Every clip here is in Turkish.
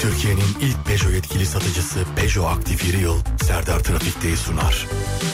Türkiye'nin ilk Peugeot yetkili satıcısı Peugeot Aktif Yıl Serdar Trafik'teyi sunar.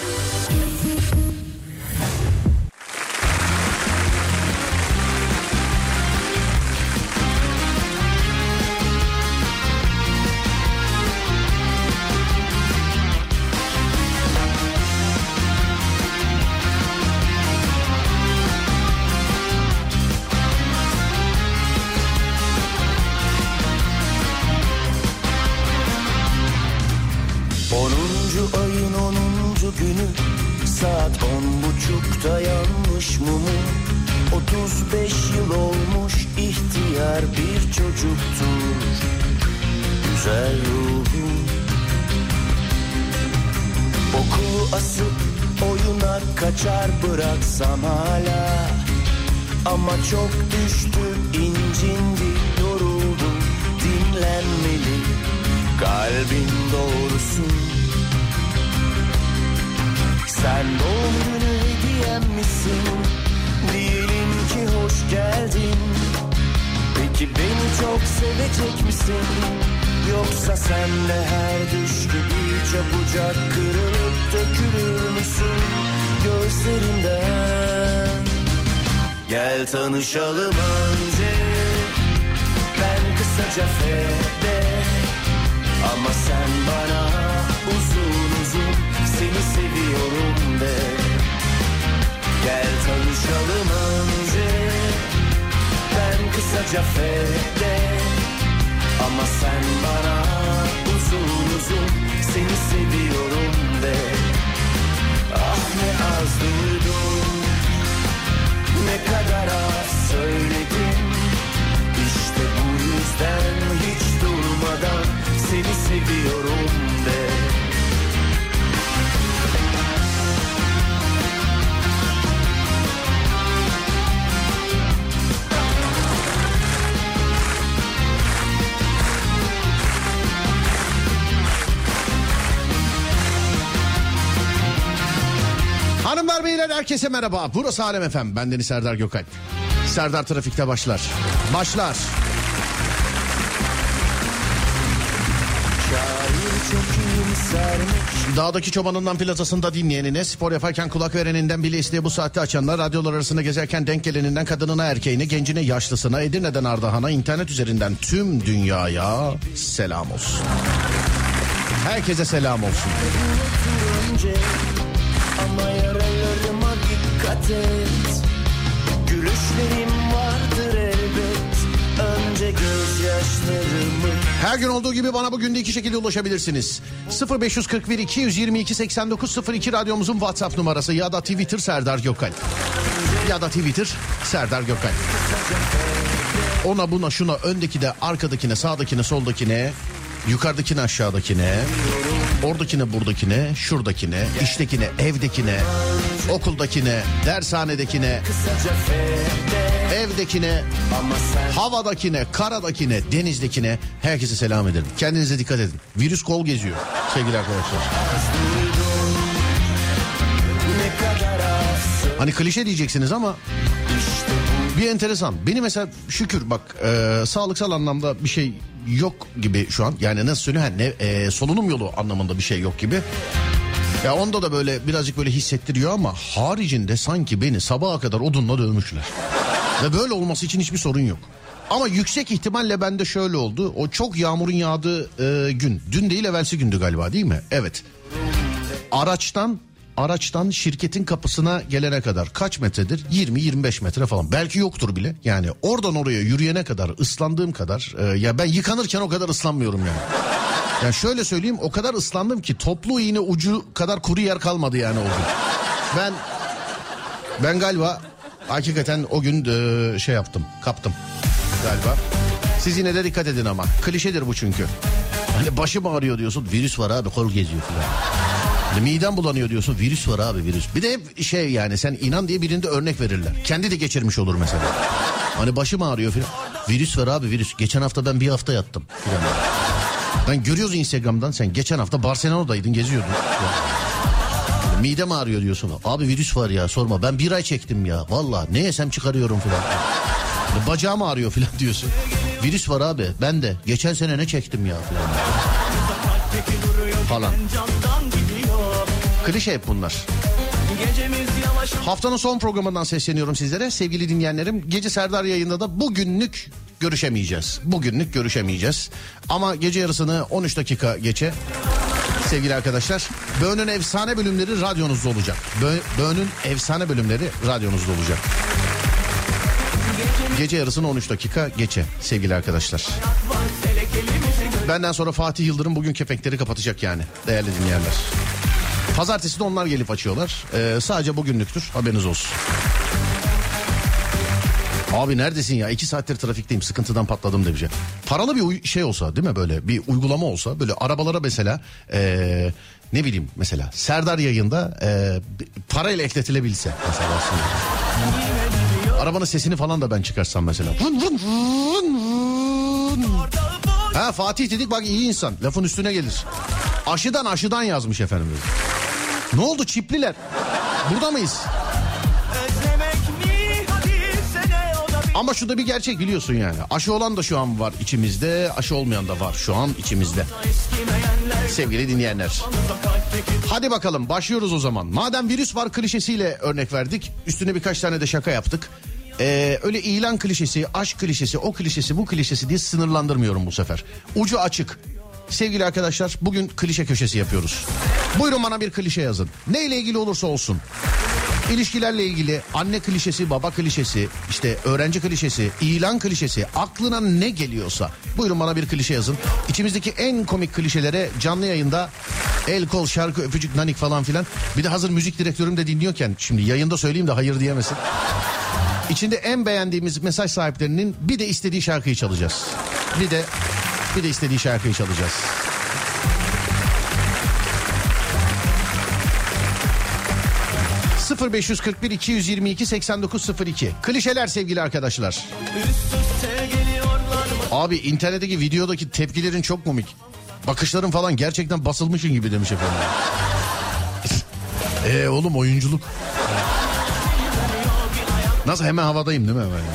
Ayın 10. günü saat 10.30'da yanmış mumu. 35 yıl olmuş ihtiyar bir çocuktur güzel ruhum. Okulu asıp oyuna kaçar bıraksam hala. Ama çok düştü, incindi, yoruldu, dinlenmeli kalbin doğrusu. Sen doğum günü hediyem misin? Diyelim ki hoş geldin. Peki beni çok sevecek misin? Yoksa sen de her düş gibi çabucak kırılıp dökülür müsün gözlerinden? Gel tanışalım önce, ben kısaca Fede. Ama sen bana uzun uzun seni seviyorum de. Gel tanışalım önce, ben kısaca Fede. Ama sen bana uzun uzun seni seviyorum de. Ah ne az duydum, ne kadar az söyledim. İşte bu yüzden hiç durmadan seni seviyorum de. Hanımlar beyler herkese merhaba. Burası Alem FM. Bendeniz Serdar Gökalp. Serdar Trafik'te başlar. Başlar. Dağdaki çobanından plazasında dinleyenine, spor yaparken kulak vereninden bile isteye bu saatte açanlar, radyolar arasında gezerken denk geleninden kadınına erkeğine, gencine yaşlısına, Edirne'den Ardahan'a, internet üzerinden tüm dünyaya selam olsun. Herkese selam olsun. Ama yaralarıma dikkat et. Gülüşlerim vardır elbet. Önce gözyaşlarımı. Her gün olduğu gibi bana bugün de iki şekilde ulaşabilirsiniz. 0541 222 8902 radyomuzun WhatsApp numarası ya da Twitter Serdar Gökalp. Ya da Twitter Serdar Gökalp. Ona buna şuna, öndekine, arkadakine, sağdakine, soldakine, yukarıdakine, aşağıdakine, oradakine, buradakine, şuradakine, iştekine, evdekine, okuldakine, dershanedekine, evdekine, havadakine, karadakine, denizdekine herkese selam ederim. Kendinize dikkat edin. Virüs kol geziyor sevgili arkadaşlar. Hani klişe diyeceksiniz ama bir enteresan. Beni mesela şükür bak sağlıksal anlamda bir şey yok gibi şu an. Yani nasıl söyleyeyim, solunum yolu anlamında bir şey yok gibi. Ya onda da böyle birazcık böyle hissettiriyor ama haricinde sanki beni sabaha kadar odunla dövmüşler. Ve böyle olması için hiçbir sorun yok. Ama yüksek ihtimalle bende şöyle oldu. O çok yağmurun yağdığı gün. Dün değil evvelsi gündü galiba, değil mi? Evet. Araçtan şirketin kapısına gelene kadar kaç metredir? 20-25 metre falan. Belki yoktur bile. Yani oradan oraya yürüyene kadar, ıslandığım kadar. Ya ben yıkanırken o kadar ıslanmıyorum yani. Yani şöyle söyleyeyim, o kadar ıslandım ki toplu iğne ucu kadar kuru yer kalmadı yani o gün. Ben galiba hakikaten o gün kaptım galiba. Siz yine de dikkat edin ama. Klişedir bu çünkü. Hani başım ağrıyor diyorsun, virüs var abi, kol geziyor falan. Hani midem bulanıyor diyorsun, virüs var abi, virüs. Bir de hep yani sen inan diye birinde örnek verirler. Kendi de geçirmiş olur mesela. Hani başım ağrıyor falan. Virüs var abi, virüs. Geçen hafta ben bir hafta yattım falan. Ben görüyoruz Instagram'dan, sen geçen hafta Barcelona'daydın, geziyordun. Midem ağrıyor diyorsun. Abi virüs var ya, sorma. Ben bir ay çektim ya. Vallahi ne yesem çıkarıyorum falan. Bacağım ağrıyor falan diyorsun. Virüs var abi, ben de. Geçen sene ne çektim ya falan. Klişe hep bunlar. Haftanın son programından sesleniyorum sizlere sevgili dinleyenlerim. Gece Serdar yayında da bugünlük görüşemeyeceğiz. Ama gece yarısını 13 dakika geçe sevgili arkadaşlar, Böğün'ün efsane bölümleri radyonuzda olacak. Böğün'ün efsane bölümleri radyonuzda olacak. Gece yarısını 13 dakika geçe sevgili arkadaşlar. Benden sonra Fatih Yıldırım bugün kepenkleri kapatacak yani değerli dinleyenler. Pazartesi de onlar gelip açıyorlar. Sadece bugünlüktür, haberiniz olsun. Abi neredesin ya? 2 saattir trafikteyim, sıkıntıdan patladım demeyecek. Paralı bir şey olsa değil mi, böyle bir uygulama olsa, böyle arabalara mesela ne bileyim mesela Serdar yayında parayla ekletilebilse mesela aslında. Arabanın sesini falan da ben çıkarsam mesela. Ha Fatih dedik bak, iyi insan, lafın üstüne gelir. Aşıdan yazmış efendim. Ne oldu çipliler? Burada mıyız? Ama şu da bir gerçek biliyorsun yani. Aşı olan da şu an var içimizde, aşı olmayan da var şu an içimizde. Sevgili dinleyenler. Hadi bakalım başlıyoruz o zaman. Madem virüs var klişesiyle örnek verdik. Üstüne birkaç tane de şaka yaptık. Öyle ilan klişesi, aşk klişesi, o klişesi, bu klişesi diye sınırlandırmıyorum bu sefer. Ucu açık. Sevgili arkadaşlar, bugün klişe köşesi yapıyoruz. Buyurun bana bir klişe yazın. Neyle ilgili olursa olsun. İlişkilerle ilgili anne klişesi, baba klişesi, işte öğrenci klişesi, ilan klişesi, aklına ne geliyorsa buyurun bana bir klişe yazın. İçimizdeki en komik klişelere canlı yayında el kol şarkı öpücük nanik falan filan. Bir de hazır müzik direktörüm de dinliyorken şimdi yayında söyleyeyim de hayır diyemesin. İçinde en beğendiğimiz mesaj sahiplerinin bir de istediği şarkıyı çalacağız. Bir de istediği şarkıyı çalacağız. ...0541-222-8902... klişeler sevgili arkadaşlar. Abi internetteki videodaki tepkilerin çok komik. Bakışların falan gerçekten basılmışın gibi demiş efendim. Oğlum oyunculuk. Nasıl hemen havadayım değil mi hemen?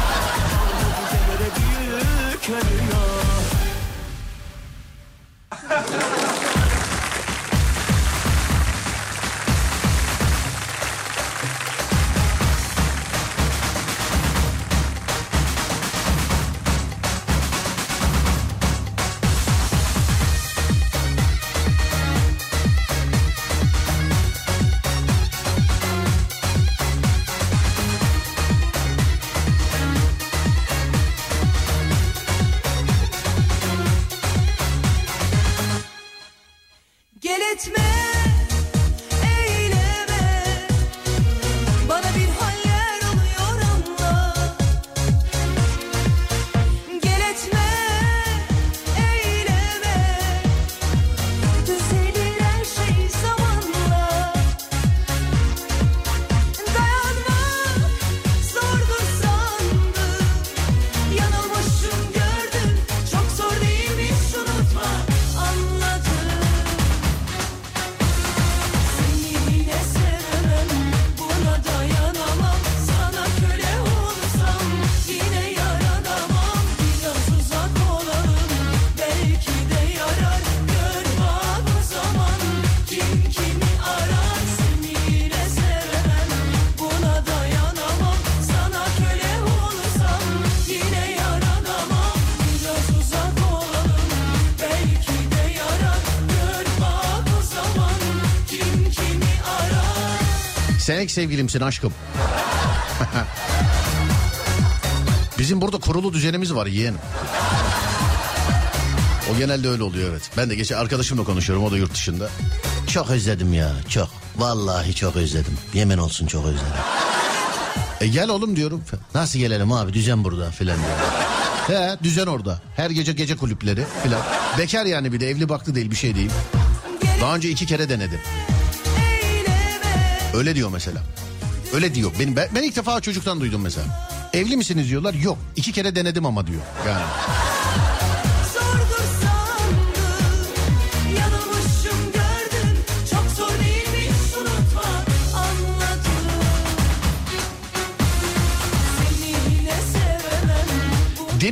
Sen ek sevgilimsin aşkım. Bizim burada kurulu düzenimiz var yeğenim. O genelde öyle oluyor evet. Ben de geçen arkadaşımla konuşuyorum, o da yurt dışında. Çok özledim ya, çok. Vallahi çok özledim. Yemin olsun çok özledim. Gel oğlum diyorum. Nasıl gelelim abi, düzen burada filan diyor. He, düzen orada. Her gece kulüpleri filan. Bekar yani, bir de evli barklı değil, bir şey değil. Daha önce 2 kere denedim. Öyle diyor mesela. Öyle diyor. Ben ilk defa çocuktan duydum mesela. Evli misiniz diyorlar. Yok. 2 kere denedim ama diyor. Yani.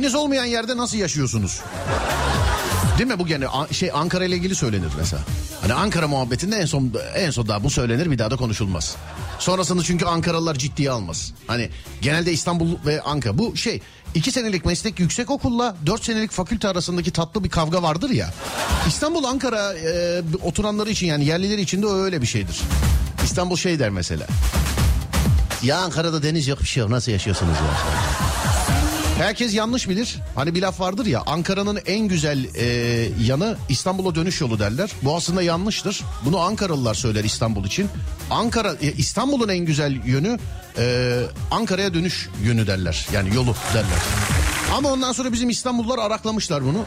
Deniz olmayan yerde nasıl yaşıyorsunuz? Değil mi bu gene Ankara ile ilgili söylenir mesela. Hani Ankara muhabbetinde en son daha bu söylenir, bir daha da konuşulmaz. Sonrasında çünkü Ankaralılar ciddiye almaz. Hani genelde İstanbul ve Ankara bu 2 senelik meslek yüksekokulla 4 senelik fakülte arasındaki tatlı bir kavga vardır ya. İstanbul Ankara oturanları için, yani yerlileri için de öyle bir şeydir. İstanbul der mesela. Ya Ankara'da deniz yok, bir şey yok, nasıl yaşıyorsunuz ya? Herkes yanlış bilir. Hani bir laf vardır ya, Ankara'nın en güzel yanı İstanbul'a dönüş yolu derler. Bu aslında yanlıştır. Bunu Ankaralılar söyler İstanbul için. İstanbul'un en güzel yönü Ankara'ya dönüş yönü derler. Yani yolu derler. Ama ondan sonra bizim İstanbullular araklamışlar bunu.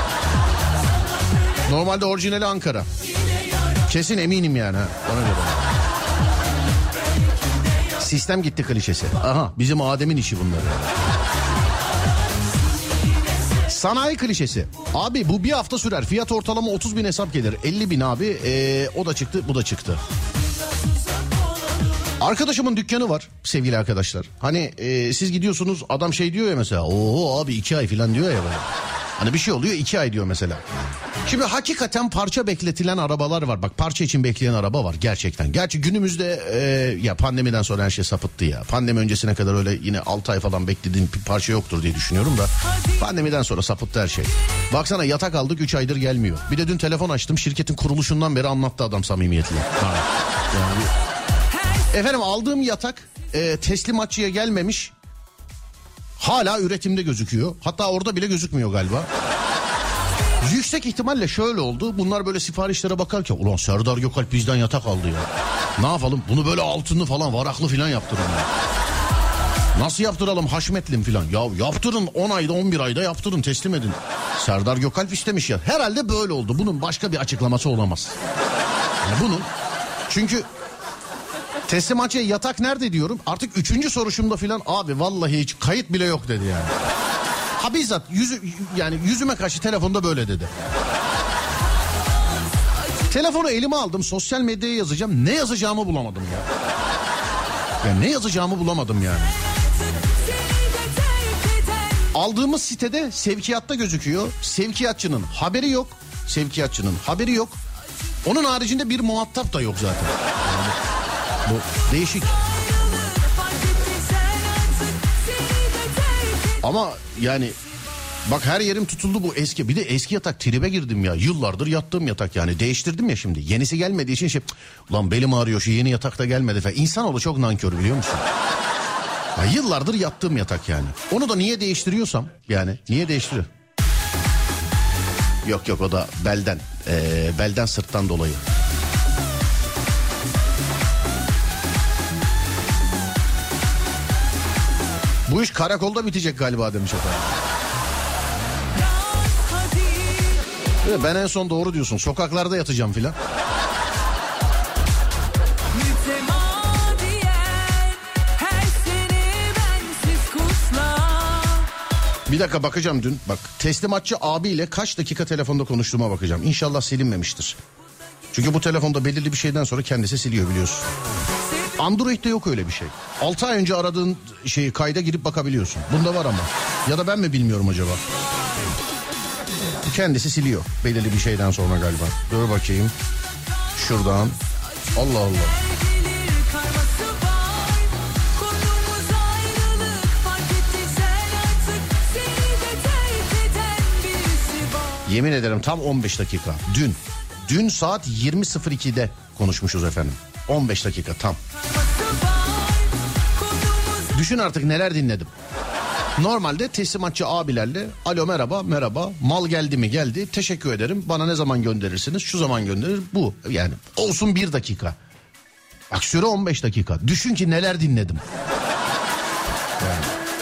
Normalde orijinali Ankara. Kesin eminim yani. Ona göre. Sistem gitti klişesi. Aha, bizim Adem'in işi bunları. Sanayi klişesi. Abi bu bir hafta sürer. Fiyat ortalama 30 bin hesap gelir. 50 bin abi. O da çıktı, bu da çıktı. Arkadaşımın dükkanı var sevgili arkadaşlar. Hani siz gidiyorsunuz, adam diyor ya mesela. Oo abi 2 ay falan diyor ya böyle. Hani bir şey oluyor 2 ay diyor mesela. Şimdi hakikaten parça bekletilen arabalar var. Bak, parça için bekleyen araba var gerçekten. Gerçi günümüzde ya pandemiden sonra her şey sapıttı ya. Pandemi öncesine kadar öyle yine 6 ay falan beklediğin bir parça yoktur diye düşünüyorum da. Pandemiden sonra sapıttı her şey. Baksana, yatak aldık 3 aydır gelmiyor. Bir de dün telefon açtım, şirketin kuruluşundan beri anlattı adam samimiyetle. Yani, efendim aldığım yatak teslimatçıya gelmemiş. Hala üretimde gözüküyor. Hatta orada bile gözükmüyor galiba. Yüksek ihtimalle şöyle oldu. Bunlar böyle siparişlere bakarken ulan Serdar Gökalp bizden yatak aldı ya. Ne yapalım? Bunu böyle altınlı falan, varaklı falan yaptırın ya. Nasıl yaptıralım, haşmetlim falan. Ya yaptırın, 10 ayda 11 ayda yaptırın, teslim edin. Serdar Gökalp istemiş ya. Herhalde böyle oldu. Bunun başka bir açıklaması olamaz. Yani bunun çünkü teslimatçıya yatak nerede diyorum. Artık 3. soruşumda filan abi vallahi hiç kayıt bile yok dedi yani. Ha bizzat yüzüme karşı telefonda böyle dedi. Telefonu elime aldım, sosyal medyaya yazacağım. Ne yazacağımı bulamadım ya. Ya ne yazacağımı bulamadım yani. Aldığımız sitede sevkiyatta gözüküyor. Sevkiyatçının haberi yok. Onun haricinde bir muhatap da yok zaten. Yani bu değişik. Ama yani bak, her yerim tutuldu bu eski. Bir de eski yatak, tribe girdim ya. Yıllardır yattığım yatak yani. Değiştirdim ya şimdi. Yenisi gelmediği için ulan belim ağrıyor, şu yeni yatak da gelmedi falan. İnsanoğlu çok nankör, biliyor musun? Ya yıllardır yattığım yatak yani. Onu da niye değiştiriyorsam yani. Niye değiştiriyor? Yok o da belden. Belden sırttan dolayı. Bu iş karakolda bitecek galiba demiş efendim. Ben en son doğru diyorsun. Sokaklarda yatacağım filan. Bir dakika bakacağım dün. Bak, teslimatçı abiyle kaç dakika telefonda konuştuğuma bakacağım. İnşallah silinmemiştir. Çünkü bu telefonda belirli bir şeyden sonra kendisi siliyor, biliyorsun. Android'de yok öyle bir şey. 6 ay önce aradığın şeyi kayda girip bakabiliyorsun. Bunda var ama. Ya da ben mi bilmiyorum acaba? Kendisi siliyor belirli bir şeyden sonra galiba. Dur bakayım. Şuradan. Allah Allah. Yemin ederim tam 15 dakika. Dün saat 20.02'de konuşmuşuz efendim. 15 dakika tam. Düşün artık neler dinledim. Normalde teslimatçı abilerle alo merhaba mal geldi mi, geldi, teşekkür ederim, bana ne zaman gönderirsiniz, şu zaman gönderir, bu yani olsun 1 dakika. Bak süre 15 dakika. Düşün ki neler dinledim. Yani.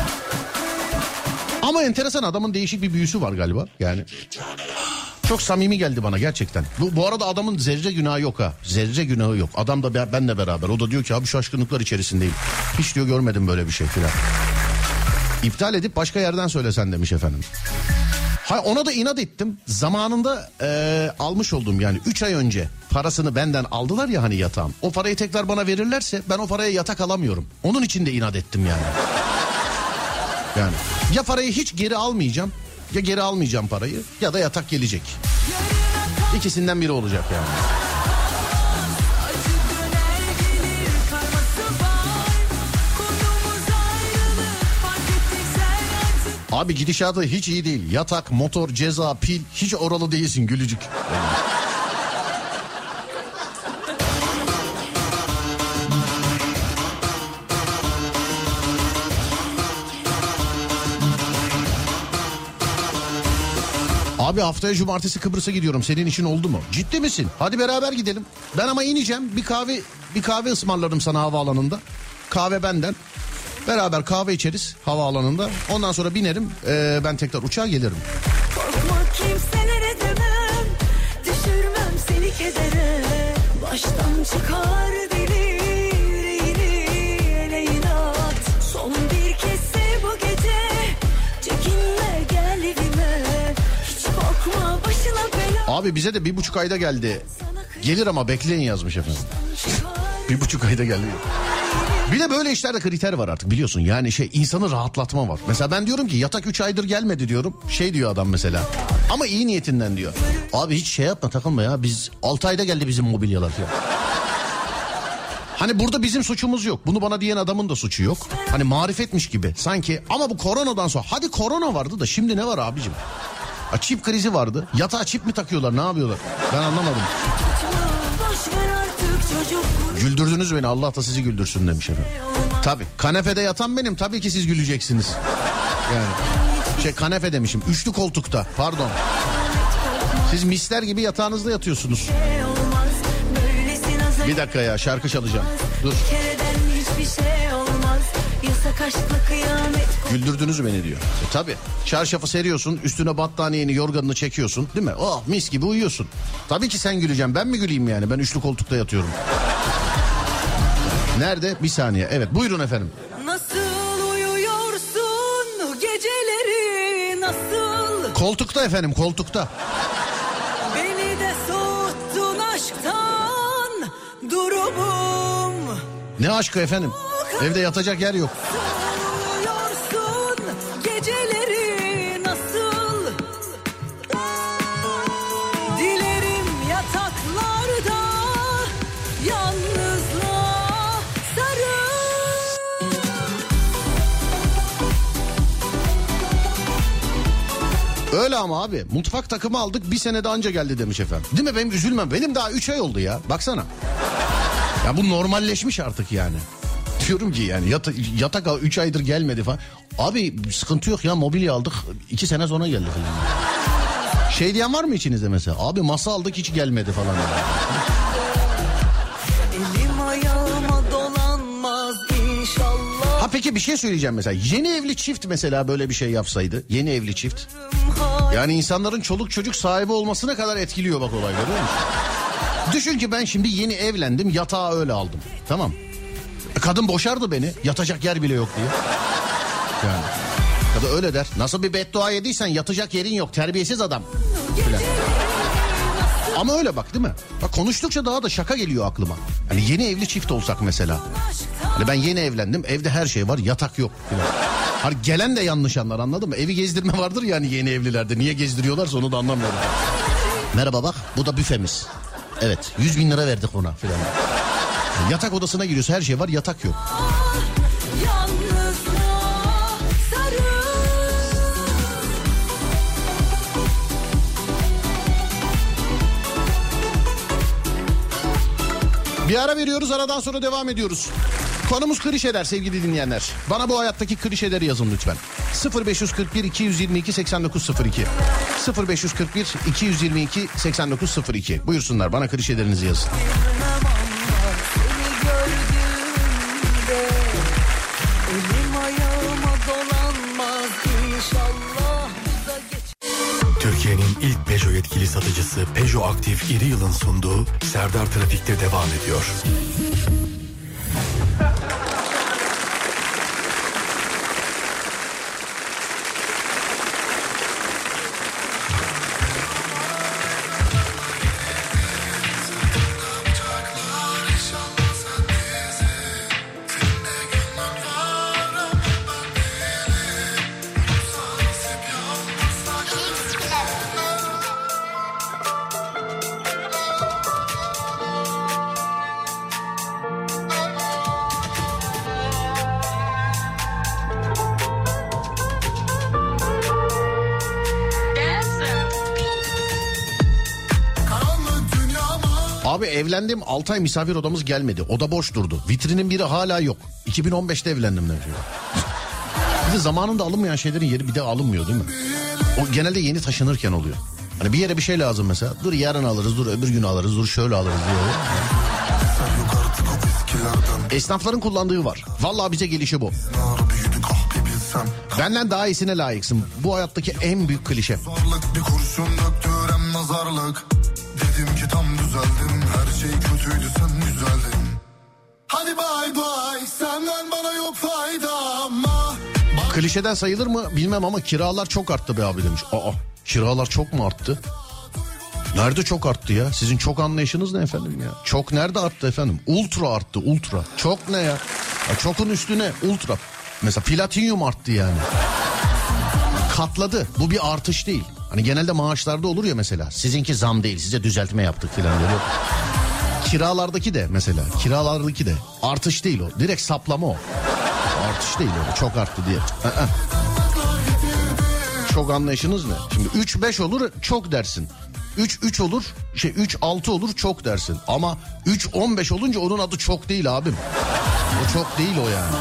Ama enteresan, adamın değişik bir büyüsü var galiba yani. Çok samimi geldi bana gerçekten. Bu arada adamın zerre günahı yok ha. Zerre günahı yok. Adam da benle beraber. O da diyor ki abi şu şaşkınlıklar içerisindeyim. Hiç diyor görmedim böyle bir şey filan. İptal edip başka yerden söylesen demiş efendim. Ona da inat ettim. Zamanında almış olduğum yani 3 ay önce parasını benden aldılar ya hani yatağım. O parayı tekrar bana verirlerse ben o paraya yatak alamıyorum. Onun için de inat ettim yani. Yani ya parayı hiç geri almayacağım, ya geri almayacağım parayı, ya da yatak gelecek. İkisinden biri olacak yani. Abi gidişatı hiç iyi değil. Yatak, motor, ceza, pil, hiç oralı değilsin gülücük. Abi haftaya cumartesi Kıbrıs'a gidiyorum. Senin için oldu mu? Ciddi misin? Hadi beraber gidelim. Ben ama ineceğim. Bir kahve ısmarlarım sana havaalanında. Kahve benden. Beraber kahve içeriz havaalanında. Ondan sonra binerim. Ben tekrar uçağa gelirim. Korkma kimselere demem. Düşürmem seni kedere. Baştan çıkar deli yüreğini eleğine at. Son bir kez sev bu gece. Çekinme gel evime. Hiç bakma başına bela. Abi bize de 1,5 ayda geldi. Gelir ama bekleyin yazmış efendim. 1,5 ayda geldi. Bir de böyle işlerde kriter var artık biliyorsun. Yani insanı rahatlatma var. Mesela ben diyorum ki yatak 3 aydır gelmedi diyorum. Diyor adam mesela. Ama iyi niyetinden diyor. Abi hiç yapma, takılma ya. Biz 6 ayda geldi bizim mobilyalar diyor. Hani burada bizim suçumuz yok. Bunu bana diyen adamın da suçu yok. Hani marifetmiş gibi sanki. Ama bu koronadan sonra, hadi korona vardı da şimdi ne var abicim? Çip krizi vardı. Yatağa çip mi takıyorlar, ne yapıyorlar? Ben anlamadım. Güldürdünüz beni, Allah da sizi güldürsün demiş efendim. Tabii kanepede yatan benim, tabii ki siz güleceksiniz. Yani kanepe demişim, üçlü koltukta, pardon. Siz misler gibi yatağınızda yatıyorsunuz. Bir dakika ya, şarkı çalacağım. Dur. Güldürdünüz beni diyor. Tabii çarşafı seriyorsun, üstüne battaniyeni, yorganını çekiyorsun, değil mi? Oh mis gibi uyuyorsun. Tabii ki sen güleceksin, ben mi güleyim yani? Ben üçlü koltukta yatıyorum. Nerede? Bir saniye. Evet buyurun efendim. Nasıl uyuyorsun geceleri nasıl? Koltukta efendim, koltukta. Beni de soğuttun aşktan durumum. Ne aşkı efendim? Evde yatacak yer yok. Uyuyorsun geceleri nasıl? Dilerim yataklarda yalnızlığa sarıl. Öyle ama abi, mutfak takımı aldık, bir senede anca geldi demiş efendim. Değil mi? Benim üzülmem. Benim daha 3 ay oldu ya. Baksana. Ya bu normalleşmiş artık yani. Diyorum ki yani yatak 3 aydır gelmedi falan. Abi sıkıntı yok ya, mobilya aldık 2 sene sonra geldi falan. Diyen var mı içinizde mesela? Abi masa aldık hiç gelmedi falan. Elim ayağıma dolanmaz inşallah. Ha peki bir şey söyleyeceğim mesela. Yeni evli çift mesela böyle bir şey yapsaydı. Yeni evli çift. Yani insanların çoluk çocuk sahibi olmasına kadar etkiliyor bak olay, görüyor musun? Düşün ki ben şimdi yeni evlendim, yatağı öyle aldım. Tamam. Kadın boşardı beni, yatacak yer bile yok diye. Yani. Ya da öyle der. Nasıl bir beddua yediysen yatacak yerin yok, terbiyesiz adam. Falan. Ama öyle bak, değil mi? Bak konuştukça daha da şaka geliyor aklıma. Hani yeni evli çift olsak mesela. Hani ben yeni evlendim, evde her şey var, yatak yok. Falan. Hani gelen de yanlış anlar, anladın mı? Evi gezdirme vardır yani yeni evlilerde. Niye gezdiriyorlarsa onu da anlamıyorum. Merhaba bak, bu da büfemiz. Evet, 100.000 lira verdik ona falan. Yatak odasına giriyorsun, her şey var, yatak yok. Bir ara veriyoruz, aradan sonra devam ediyoruz. Konumuz klişeler sevgili dinleyenler. Bana bu hayattaki klişeleri yazın lütfen. 0541 222 8902 0541 222 8902 buyursunlar, bana klişelerinizi yazın. Türkiye'nin ilk Peugeot yetkili satıcısı Peugeot Aktif İri Yıl'ın sunduğu Serdar Trafik'te devam ediyor. Abi evlendim 6 ay misafir odamız gelmedi. Oda boş durdu. Vitrinin biri hala yok. 2015'te evlendim demiş. Bir de zamanında alınmayan şeylerin yeri bir de alınmıyor değil mi? O genelde yeni taşınırken oluyor. Hani bir yere bir şey lazım mesela. Dur yarın alırız, dur öbür gün alırız, dur şöyle alırız diyor. Esnafların kullandığı var. Vallahi bize gelişi bu. Benden daha iyisine layıksın. Bu hayattaki en büyük klişe. Bir kurşun döktürem nazarlık. Dedim ki tam düzeldim. Her şey kötüydü sen güzeldin. Hadi bay bay. Senden bana yok fayda ama. Klişeden sayılır mı bilmem ama kiralar çok arttı be abi demiş. Aa, kiralar çok mu arttı? Nerede çok arttı ya? Sizin çok anlayışınız ne efendim ya? Çok nerede arttı efendim? Ultra arttı, ultra. Çok ne ya? Ya çokun üstüne ultra. Mesela platinyum arttı yani. Katladı. Bu bir artış değil. Hani genelde maaşlarda olur ya mesela. Sizinki zam değil, size düzeltme yaptık filan diyor. Kiralardaki de mesela. Kiralardaki de artış değil o. Direkt saplama o. Artış değil o. Çok arttı diye. Çok anlayışınız ne? Şimdi 3-5 olur çok dersin. 3-3 olur, 3-6 olur çok dersin. Ama 3-15 olunca onun adı çok değil abim. O çok değil o yani.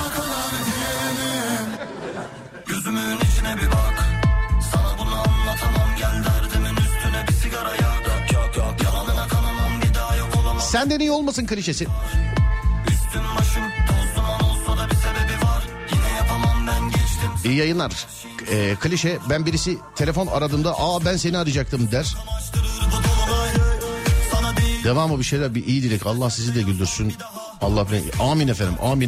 Gözümün içine bir bak. Sana bunu anlatamam. Gel derdimin üstüne bir sigara yak. Yok. Yalanına kanamam, bir daha yok olamam. Senden iyi olmasın klişesi. Üstüm başım toz duman olsa da bir sebebi var. Yine yapamam ben geçtim. İyi yayınlar. Klişe, ben birisi telefon aradığımda ben seni arayacaktım der. Devamı bir şeyler, bir iyi dilek. Allah sizi de güldürsün. Allah amin efendim. Amin.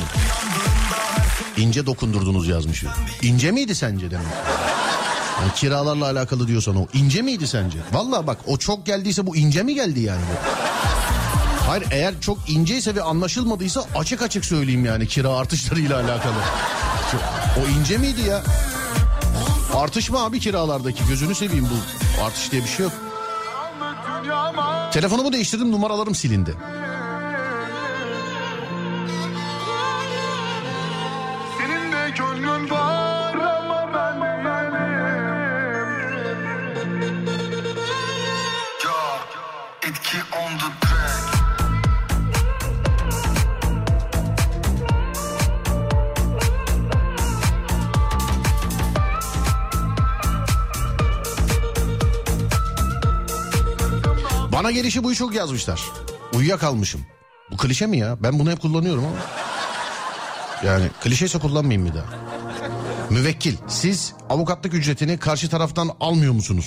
İnce dokundurdunuz yazmış. İnce miydi sence demek? Yani kiralarla alakalı diyorsan o ince miydi sence? Vallahi bak, o çok geldiyse bu ince mi geldi yani bu? Hayır, eğer çok inceyse ve anlaşılmadıysa açık açık söyleyeyim yani, kira artışlarıyla alakalı. O ince miydi ya? Artış mı abi kiralardaki? Gözünü seveyim, bu artış diye bir şey yok. Telefonumu değiştirdim, numaralarım silindi. Senin de gönlün var ama ben etki on the track. Bana gelişi buyu çok yazmışlar. Uyuyakalmışım. Bu klişe mi ya? Ben bunu hep kullanıyorum ama. Yani klişeyse kullanmayayım bir daha. Müvekkil, siz avukatlık ücretini karşı taraftan almıyor musunuz?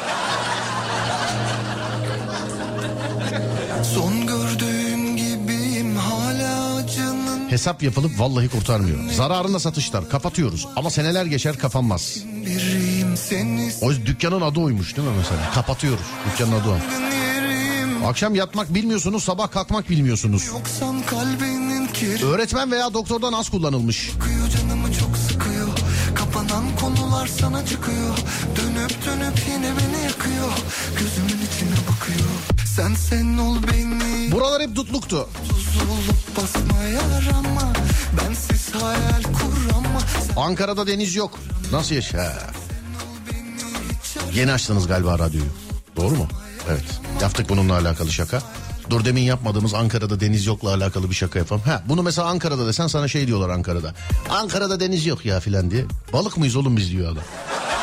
Son gördüğüm gibiyim hala canın. Hesap yapılıp vallahi kurtarmıyor. Zararında satışlar, kapatıyoruz. Ama seneler geçer, kapanmaz. Biriyim seni. O dükkanın adı oymuş değil mi mesela? Kapatıyoruz. Dükkanın adı o. Akşam yatmak bilmiyorsunuz, sabah kalkmak bilmiyorsunuz. Yoksan kalbinin kiri. Öğretmen veya doktordan az kullanılmış. Sıkıyor canımı, çok sıkıyor. Kapanan konular sana çıkıyor. Dönüp yine beni yakıyor. Gözümün içine bakıyor. Sen ol beni. Buralar hep dutluktu. Tuz olup basma yarama. Bensiz hayal kur ama. Ankara'da deniz yok. Nasıl yaşa? Yeni açtınız galiba radyoyu. Doğru mu? Evet. Yaptık bununla alakalı şaka. Dur, demin yapmadığımız Ankara'da deniz yokla alakalı bir şaka yapalım. Bunu mesela Ankara'da desen sana şey diyorlar Ankara'da. Ankara'da deniz yok ya filan diye. Balık mıyız oğlum biz diyor adam.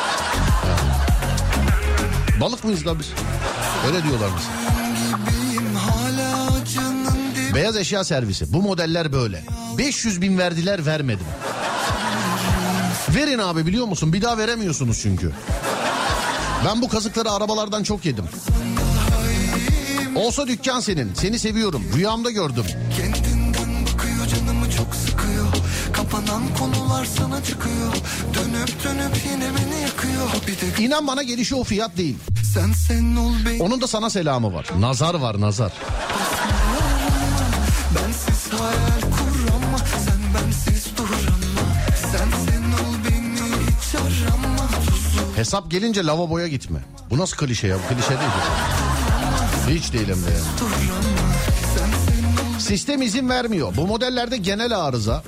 Balık mıyız da biz? Öyle diyorlar mesela. Beyaz eşya servisi. Bu modeller böyle. 500.000 verdiler, vermedim. Verin abi, biliyor musun? Bir daha veremiyorsunuz çünkü. Ben bu kazıkları arabalardan çok yedim. Olsa dükkan senin. Seni seviyorum. Rüyamda gördüm. Kendinden bakıyor, canımı çok sıkıyor. Kapanan konular sana çıkıyor. Dönüp yine beni yakıyor. Bir de İnan bana, gelişi o fiyat değil. sen ol beni. Onun da sana selamı var. Nazar var, nazar. Bensiz hayal kur ama. Sen bensiz dur ama. Sen ol beni hiç arama. Hesap gelince lavaboya gitme. Bu nasıl klişe ya? Bu klişe değil. Hiç değil hem de yani. Sistem izin vermiyor. Bu modellerde genel arıza.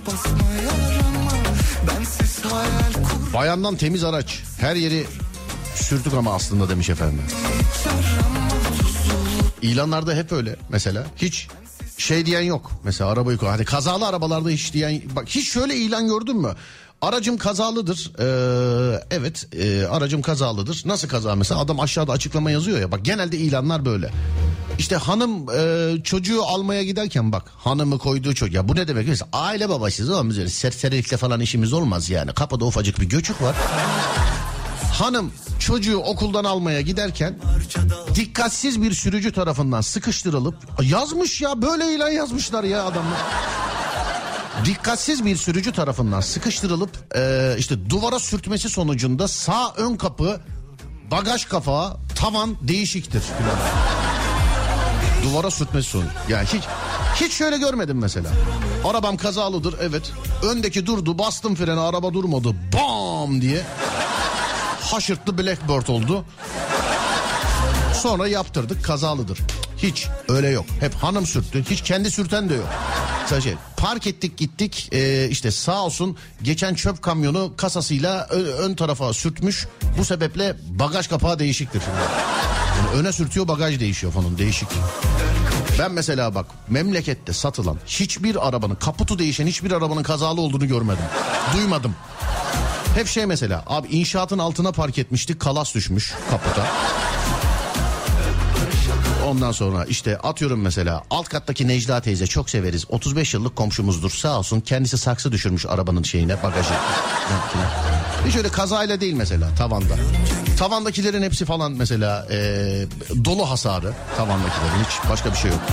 Bayandan temiz araç. Her yeri sürtük ama aslında demiş efendim. İlanlarda hep öyle mesela. Hiç şey diyen yok. Mesela arabayı koy. Hadi kazalı arabalarda hiç diyen... Bak hiç şöyle ilan gördün mü? Aracım kazalıdır. Evet aracım kazalıdır. Nasıl kaza mesela? Adam aşağıda açıklama yazıyor ya. Bak genelde ilanlar böyle. İşte hanım çocuğu almaya giderken bak hanımı koyduğu çocuk. Ya bu ne demek? Mesela aile babasıyız ama biz öyle serserilikle falan işimiz olmaz yani. Kapıda ufacık bir göçük var. Hanım çocuğu okuldan almaya giderken dikkatsiz bir sürücü tarafından sıkıştırılıp yazmış ya böyle ilan yazmışlar ya adamlar. Dikkatsiz bir sürücü tarafından sıkıştırılıp işte duvara sürtmesi sonucunda sağ ön kapı, bagaj kapağı, tavan değişiktir. Duvara sürtmesi sonucu. Yani hiç şöyle görmedim mesela. Arabam kazalıdır evet. Öndeki durdu, bastım frene, araba durmadı. Bam diye. Haşırtlı Blackbird oldu. Sonra yaptırdık, kazalıdır. Hiç öyle yok. Hep hanım sürttü. Hiç kendi sürten de yok. Sadece park ettik gittik. İşte sağ olsun geçen çöp kamyonu kasasıyla ön tarafa sürtmüş. Bu sebeple bagaj kapağı değişiktir. Yani öne sürtüyor, bagaj değişiyor falan, değişik. Ben mesela bak memlekette satılan hiçbir arabanın kaputu değişen hiçbir arabanın kazalı olduğunu görmedim. Duymadım. Hep şey mesela abi inşaatın altına park etmiştik, kalas düşmüş kaputa. Ondan sonra işte atıyorum mesela alt kattaki Necla teyze çok severiz. 35 yıllık komşumuzdur sağ olsun. Kendisi saksı düşürmüş arabanın şeyine, bagajı. Hiç öyle kazayla değil mesela tavanda. Tavandakilerin hepsi falan mesela dolu hasarı tavandakilerin, hiç başka bir şey yok.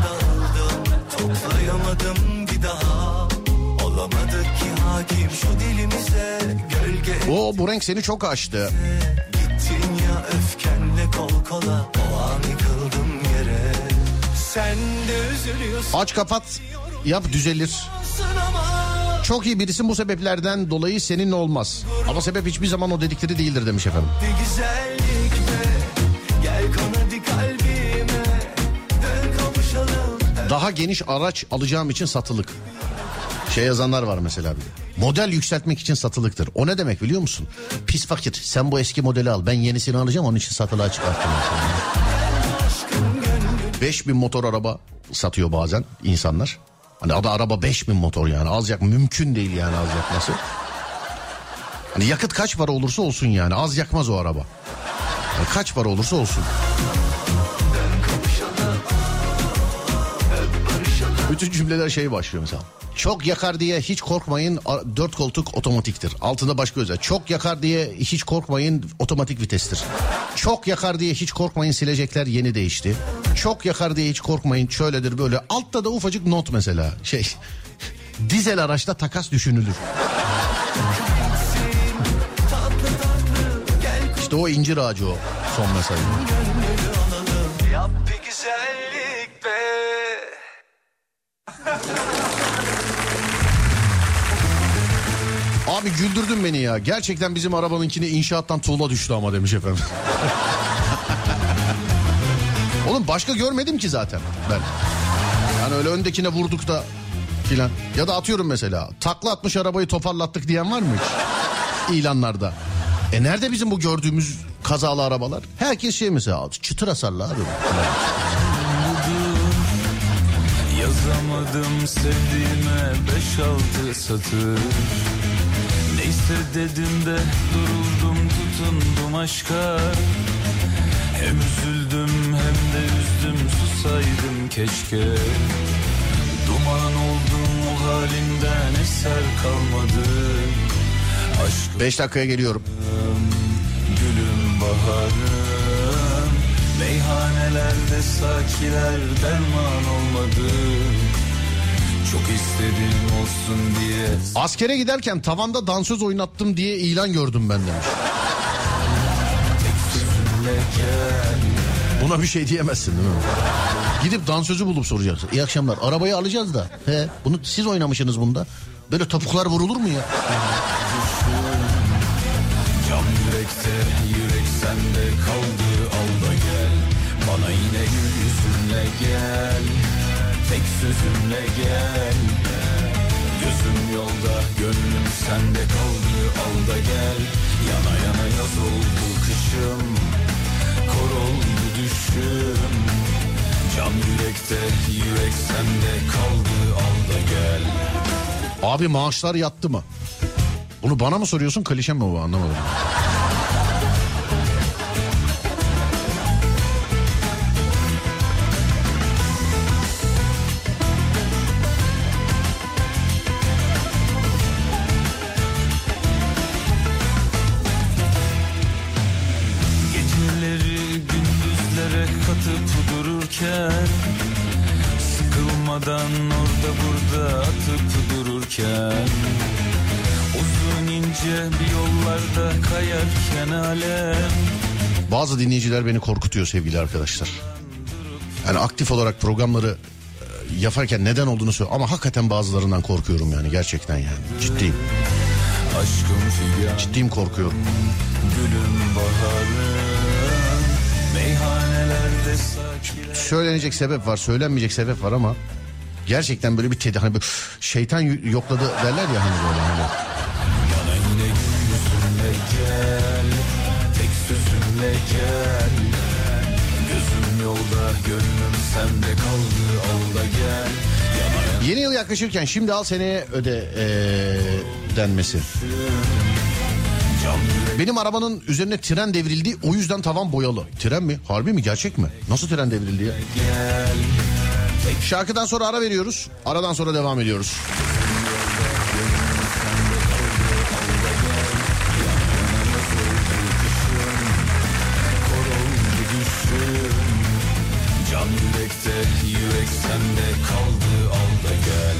Toplayamadım bir daha. Olamadık ki hakim şu dilimize. Gölge. Bu renk seni çok aştı. Gittin ya öfkenle kol kola. O an yıkıldım yere. Sen de üzülüyorsun. Aç kapat yap düzelir. Çok iyi birisin, bu sebeplerden dolayı seninle olmaz. Ama sebep hiçbir zaman o dedikleri değildir demiş efendim. Bir güzellik be. Gel kanadı kalbime. Dön kavuşalım. Daha geniş araç alacağım için satılık. Şey yazanlar var mesela bir de. Model yükseltmek için satılıktır. O ne demek biliyor musun? Pis fakir, sen bu eski modeli al, ben yenisini alacağım, onun için satılığa çıkarttım. 5000 motor araba satıyor bazen insanlar. Hani adı araba 5000 motor yani, az yak mümkün değil yani, az yakması. Hani yakıt kaç para olursa olsun yani az yakmaz o araba. Yani kaç para olursa olsun. Bütün cümleler şey başlıyor mesela. Çok yakar diye hiç korkmayın, 4 koltuk otomatiktir. Altında başka özel. Çok yakar diye hiç korkmayın, otomatik vitestir. Çok yakar diye hiç korkmayın, silecekler yeni değişti. Çok yakar diye hiç korkmayın, şöyledir böyle. Altta da ufacık not mesela. Dizel araçta takas düşünülür. İşte o incir ağacı o son mesaj. Yap bir güzellik be. Abi güldürdün beni ya. Gerçekten bizim arabanınkini inşaattan tuğla düştü ama demiş efendim. Oğlum başka görmedim ki zaten ben. Yani öyle öndekine vurduk da filan. Ya da atıyorum mesela takla atmış arabayı toparlattık diyen var mı hiç? İlanlarda. Nerede bizim bu gördüğümüz kazalı arabalar? Herkes şey mesela çıtır hasarlı abi. Yazamadım sevdiğime 5-6 satır. Neyse dedim de duruldum, tutundum aşka. Hem üzüldüm hem de üzdüm, susaydım keşke. Duman oldum o halimden, eser kalmadı. Aşkım 5 dakikaya geliyorum. Gülüm baharım, meyhanelerde sakiler derman olmadı. Çok istedim olsun diye. Askere giderken tavanda dansöz oynattım diye ilan gördüm ben demiş. Buna bir şey diyemezsin değil mi? Gidip dansözü bulup soracaksın. İyi akşamlar, arabayı alacağız da. Bunu siz oynamışsınız bunda. Böyle topuklar vurulur mu ya? Cam yürekte, yürek sende kaldı, al da gel. Bana yine gül yüzünle gel. Tek sözümle gel. Gözüm yolda, gönlüm sende kaldı, al da gel. Yana yana yaz oldu kışım, kor oldu düşüm. Abi maaşlar yattı mı? Bunu bana mı soruyorsun, klişe mi bu, anlamadım. Sıkılmadan orada burada atıp dururken, uzun ince bir yollarda kayarken alem. Bazı dinleyiciler beni korkutuyor sevgili arkadaşlar. Yani aktif olarak programları yaparken neden olduğunu söylüyor. Ama hakikaten bazılarından korkuyorum yani, gerçekten yani. Ciddiyim. Ciddiyim, korkuyorum. Gülüm baharım, meyhanelerde söylenecek sebep var, söylenmeyecek sebep var ama gerçekten böyle bir hani böyle şeytan yokladı derler ya hani böyle hani. Bana yine yüzünle gel, tek sözünle gel. Gözüm yolda, gönlüm sende kaldı, al da gel. Yeni yıl yaklaşırken şimdi al seneye öde denmesi. Benim arabanın üzerine tren devrildi, o yüzden tavan boyalı. Tren mi? Harbi mi? Gerçek mi? Nasıl tren devrildi ya? Şarkıdan sonra ara veriyoruz. Aradan sonra devam ediyoruz. Can yürekte, yürek sende kaldı, al da gel.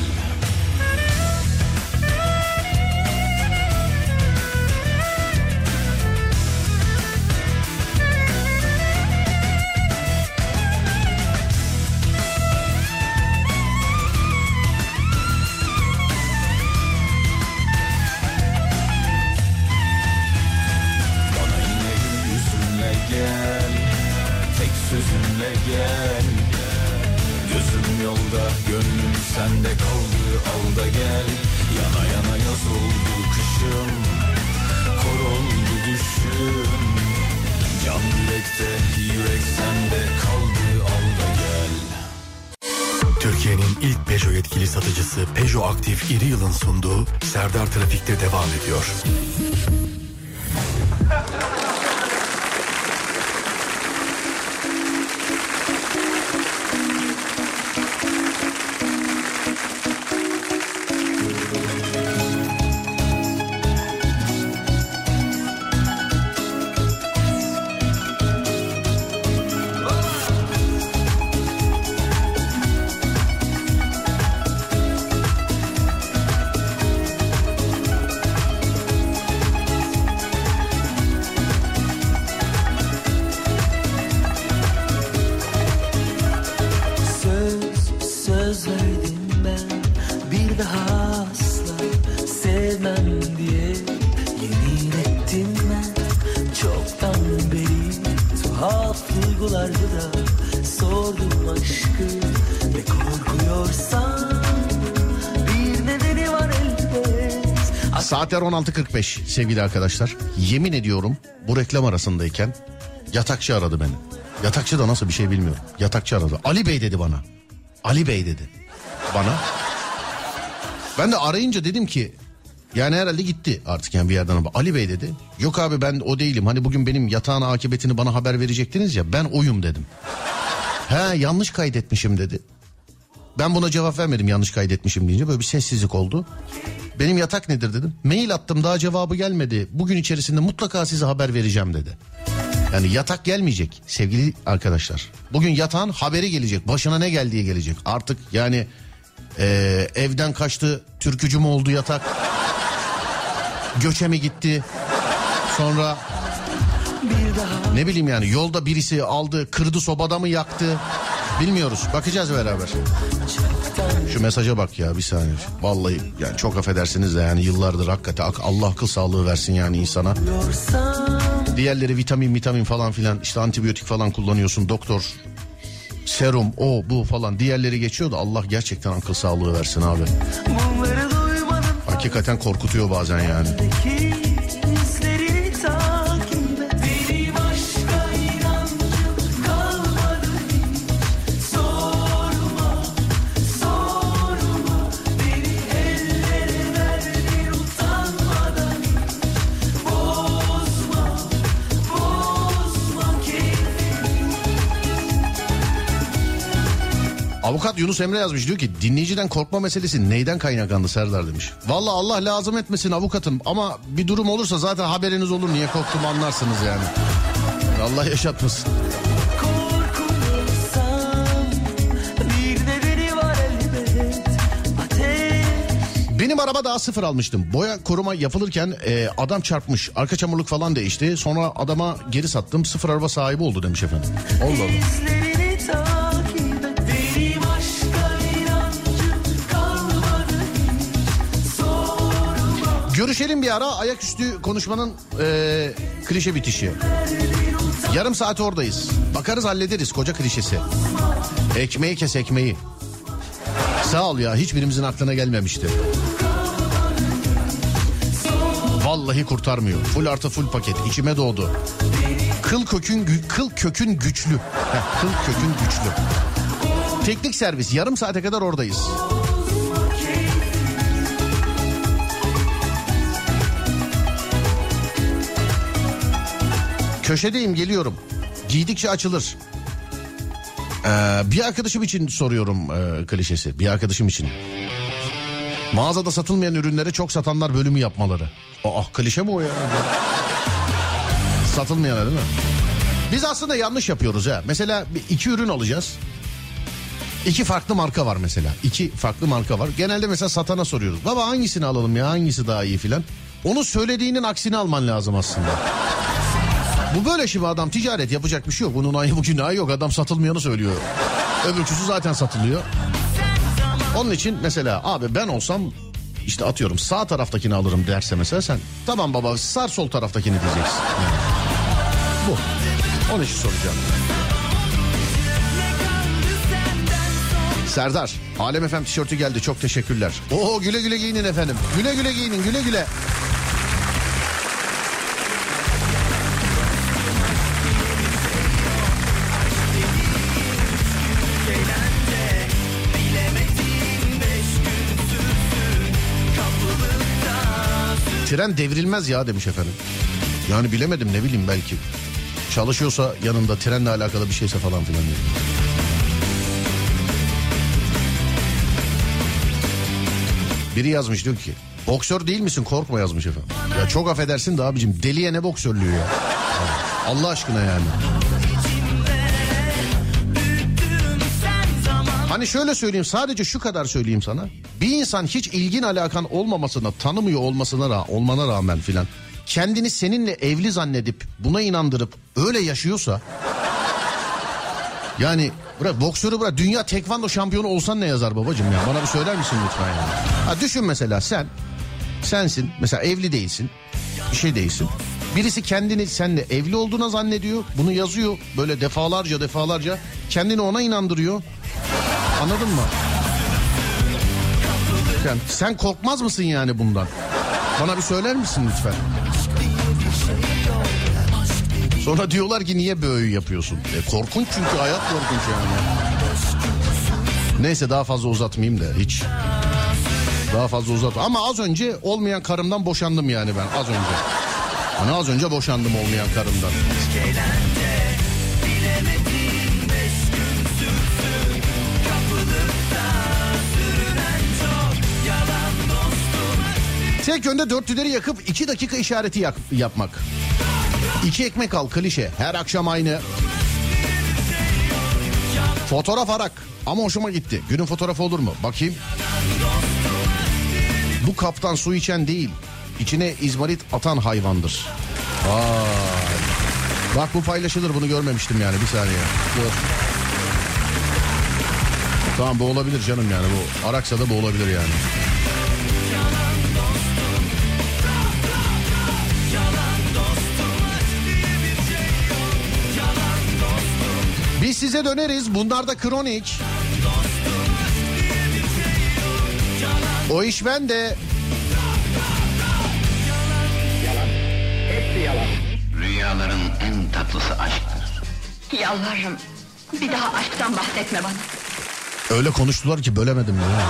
Sözünle gel, gözüm yolda, gönlüm sende kaldı, al da gel. Yana yana yaz oldu kışım, kor oldu düşüm. Can yürekte, yürek sende kaldı, al da gel. Türkiye'nin ilk Peugeot yetkili satıcısı Peugeot Aktif İri Yıl'ın sunduğu Serdar Trafik'te devam ediyor. Saatler 16.45 sevgili arkadaşlar. Yemin ediyorum bu reklam arasındayken yatakçı aradı beni. Yatakçı da nasıl bir şey bilmiyorum. Yatakçı aradı. Ali Bey dedi bana. Ali Bey dedi bana. Ben de arayınca dedim ki yani herhalde gitti artık yani bir yerden ama. Ali Bey dedi. Yok abi ben o değilim. Hani bugün benim yatağın akıbetini bana haber verecektiniz ya, ben oyum dedim. He, yanlış kaydetmişim dedi. Ben buna cevap vermedim yanlış kaydetmişim deyince, böyle bir sessizlik oldu. Benim yatak nedir dedim. Mail attım, daha cevabı gelmedi. Bugün içerisinde mutlaka size haber vereceğim dedi. Yani yatak gelmeyecek sevgili arkadaşlar. Bugün yatağın haberi gelecek. Başına ne geldiği gelecek. Artık yani evden kaçtı, türkücü mü oldu yatak? Göçe mi gitti? Sonra ne bileyim yani yolda birisi aldı, kırdı, sobada mı yaktı? Bilmiyoruz. Bakacağız beraber. Şu mesaja bak ya, bir saniye. Vallahi yani çok affedersiniz de yani yıllardır hakikaten Allah akıl sağlığı versin yani insana. Diğerleri vitamin falan filan, işte antibiyotik falan kullanıyorsun, doktor serum o bu falan, diğerleri geçiyor da Allah gerçekten akıl sağlığı versin abi. Hakikaten korkutuyor bazen yani. Avukat Yunus Emre yazmış, diyor ki dinleyiciden korkma meselesi neyden kaynaklandı Serdar demiş. Vallahi Allah lazım etmesin avukatım ama bir durum olursa zaten haberiniz olur, niye korktuğumu anlarsınız yani. Allah yaşatmasın. Benim araba daha sıfır almıştım. Boya koruma yapılırken adam çarpmış. Arka çamurluk falan değişti. Sonra adama geri sattım. Sıfır araba sahibi oldu demiş efendim. Allah Allah. Görüşelim bir ara, ayaküstü konuşmanın klişe bitişi. Yarım saat oradayız. Bakarız, hallederiz, koca klişesi. Ekmeği kes ekmeği. Sağ ol ya, hiçbirimizin aklına gelmemişti. Vallahi kurtarmıyor. Full artı full paket içime doğdu. Kıl kökün güçlü. Kıl kökün güçlü. Teknik servis, yarım saate kadar oradayız. Köşedeyim, geliyorum. Giydikçe açılır. Bir arkadaşım için soruyorum klişesi. Bir arkadaşım için. Mağazada satılmayan ürünleri çok satanlar bölümü yapmaları. Klişe mi o ya? Satılmayan değil mi? Biz aslında yanlış yapıyoruz ha. Mesela 2 ürün alacağız. 2 farklı marka var mesela. 2 farklı marka var. Genelde mesela satana soruyoruz. Baba hangisini alalım ya, hangisi daha iyi filan. Onun söylediğinin aksini alman lazım aslında. Bu böyle şimdi, adam ticaret, yapacak bir şey yok. Bunun ayı bugün ayı yok, adam satılmayanı söylüyor. Öbürküsü zaten satılıyor. Onun için mesela abi ben olsam işte atıyorum sağ taraftakini alırım derse mesela sen, tamam baba sar sol taraftakini diyeceksin. Yani. Bu. Onun için soracağım. Serdar, Alem FM tişörtü geldi, çok teşekkürler. Oo, güle güle giyinin efendim. Güle güle giyinin, güle güle. Tren devrilmez ya demiş efendim. Yani bilemedim, ne bileyim, belki. Çalışıyorsa yanında trenle alakalı bir şeyse falan filan. Biri yazmış, diyor ki boksör değil misin, korkma yazmış efendim. Ya çok affedersin de abicim, deliye ne boksörlüğü ya. Allah aşkına yani. Hani şöyle söyleyeyim, sadece şu kadar söyleyeyim sana. Bir insan hiç ilgin alakan olmamasına, tanımıyor olmana rağmen filan kendini seninle evli zannedip buna inandırıp öyle yaşıyorsa, yani bırak boksörü, bırak dünya tekvando şampiyonu olsan ne yazar babacığım ya, bana bir söyler misin lütfen yani. Düşün mesela sensin mesela, evli değilsin, bir şey değilsin. Birisi kendini seninle evli olduğuna zannediyor, bunu yazıyor böyle defalarca kendini ona inandırıyor. Anladın mı? Sen korkmaz mısın yani bundan? Bana bir söyler misin lütfen? Sonra diyorlar ki niye böyle yapıyorsun? Korkunç, çünkü hayat korkunç yani. Neyse, daha fazla uzatmayayım da hiç. Daha fazla uzatma. Ama az önce olmayan karımdan boşandım yani ben, az önce. Hani az önce boşandım olmayan karımdan. Tek yönde dörtlüleri yakıp 2 dakika işareti yapmak. 2 ekmek al, klişe. Her akşam aynı. Fotoğraf arak. Ama hoşuma gitti. Günün fotoğrafı olur mu? Bakayım. Bu kaptan su içen değil, İçine izmarit atan hayvandır. Vay. Bak bu paylaşılır, bunu görmemiştim yani, bir saniye. Dur. Tamam, bu olabilir canım yani, bu Araksa'da bu olabilir yani. Biz size döneriz, bunlar da kronik. O iş bende. Rüyaların en tatlısı aşktır. Yalvarırım, bir daha aşktan bahsetme bana. Öyle konuştular ki bölemedim ya.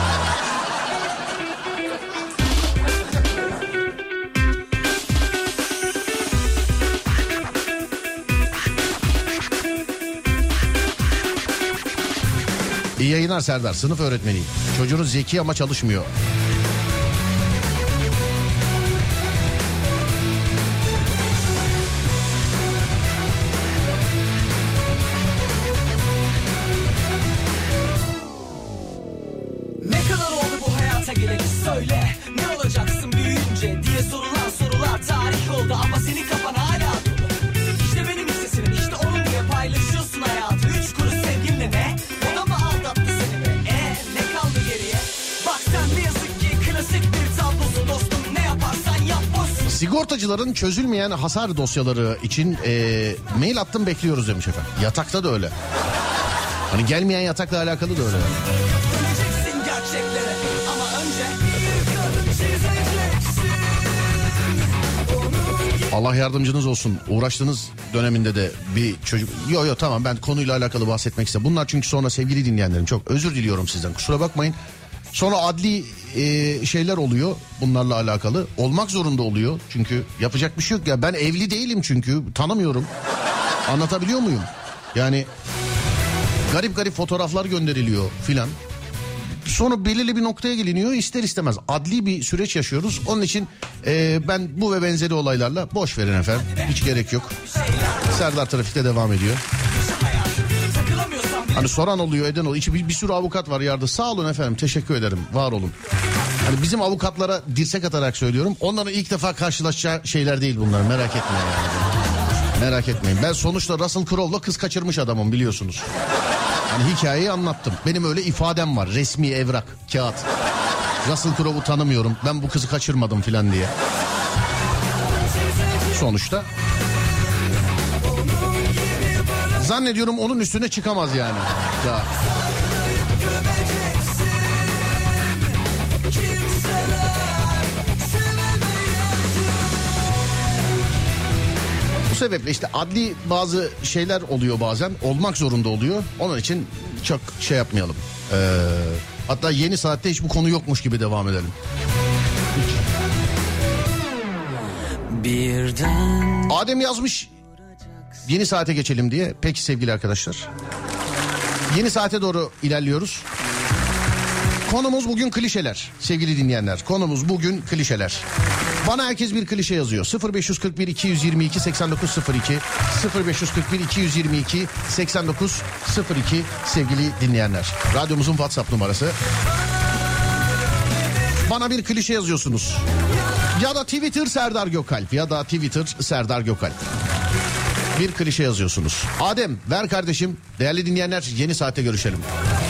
İyi yayınlar Serdar. Sınıf öğretmeniyim. Çocuğunuz zeki ama çalışmıyor. Ne kadar oldu bu hayata geleli söyle. Ne olacaksın büyüyünce diye sorular tarih oldu ama senin kafan hala dolu. İşte benim sesinim işte onun diye paylaşıyorsun hayatı. 3 kuruş sevginle ne? O da mı aldattı seni be? Ne kaldı geriye? Bak sen ne yazık ki klasik bir tablosun dostum. Ne yaparsan yap boşsun. Sigortacıların çözülmeyen hasar dosyaları için mail attım bekliyoruz demiş efendim. Yatakta da öyle. Hani gelmeyen yatakla alakalı da öyle. Öleceksin gerçeklere ama önce çizeceksin. Allah yardımcınız olsun. Uğraştığınız döneminde de bir çocuk... Yo tamam, ben konuyla alakalı bahsetmek istedim. Bunlar çünkü sonra sevgili dinleyenlerim çok özür diliyorum sizden. Kusura bakmayın. Sonra adli şeyler oluyor bunlarla alakalı. Olmak zorunda oluyor. Çünkü yapacak bir şey yok ya. Ben evli değilim çünkü. Tanımıyorum. Anlatabiliyor muyum? Yani garip fotoğraflar gönderiliyor filan. Sonra belirli bir noktaya geliniyor, ister istemez adli bir süreç yaşıyoruz. Onun için ben bu ve benzeri olaylarla boş verin efendim. Hiç gerek yok. Serdar Trafik'te devam ediyor. Hani soran oluyor, eden oluyor. Bir sürü avukat var yardım. Sağ olun efendim, teşekkür ederim, var olun. Hani bizim avukatlara dirsek atarak söylüyorum. Onların ilk defa karşılaşacağı şeyler değil bunlar, merak etmeyin yani. Merak etmeyin. Ben sonuçta Russell Crowe'la kız kaçırmış adamım, biliyorsunuz. Hani hikayeyi anlattım. Benim öyle ifadem var. Resmi evrak, kağıt. Russell Crowe'u tanımıyorum. Ben bu kızı kaçırmadım filan diye. Sonuçta zannediyorum onun üstüne çıkamaz yani. Daha. Bu sebeple işte adli bazı şeyler oluyor bazen. Olmak zorunda oluyor. Onun için çok şey yapmayalım. Hatta yeni saatte hiç bu konu yokmuş gibi devam edelim. Birden... Adem yazmış yeni saate geçelim diye. Peki sevgili arkadaşlar. Yeni saate doğru ilerliyoruz. Konumuz bugün klişeler sevgili dinleyenler. Konumuz bugün klişeler. Bana herkes bir klişe yazıyor. 0541 222 8902 0541 222 8902 sevgili dinleyenler. Radyomuzun WhatsApp numarası. Bana bir klişe yazıyorsunuz. Ya da Twitter Serdar Gökalp ya da Twitter Serdar Gökalp. Bir klişe yazıyorsunuz. Adem ver kardeşim. Değerli dinleyenler, yeni saatte görüşelim.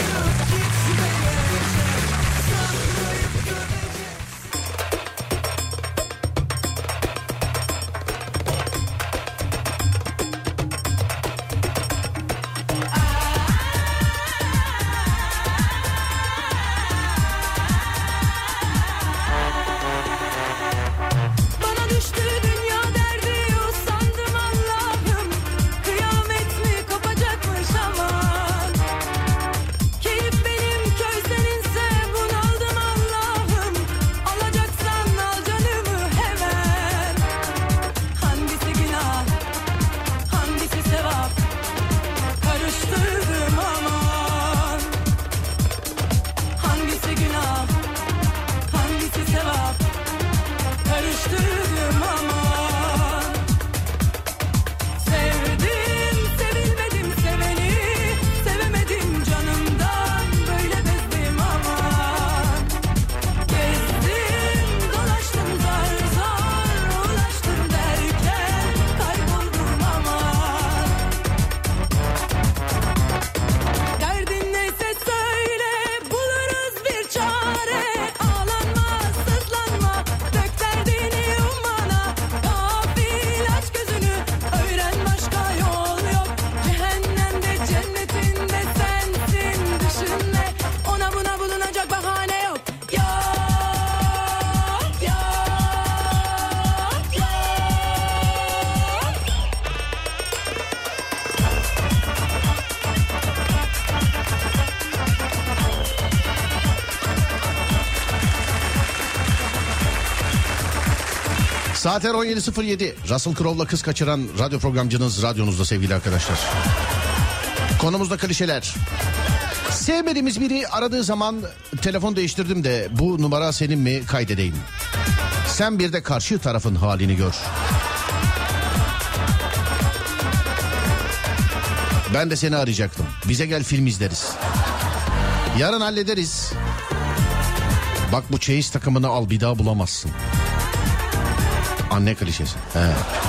Saatler 17.07. Russell Crowe'la kız kaçıran radyo programcınız radyonuzda sevgili arkadaşlar. Konumuzda klişeler. Sevmediğimiz biri aradığı zaman telefon değiştirdim de bu numara senin mi kaydedeyim. Sen bir de karşı tarafın halini gör. Ben de seni arayacaktım. Bize gel film izleriz. Yarın hallederiz. Bak bu çeyiz takımını al bir daha bulamazsın. Anne klişesi. He.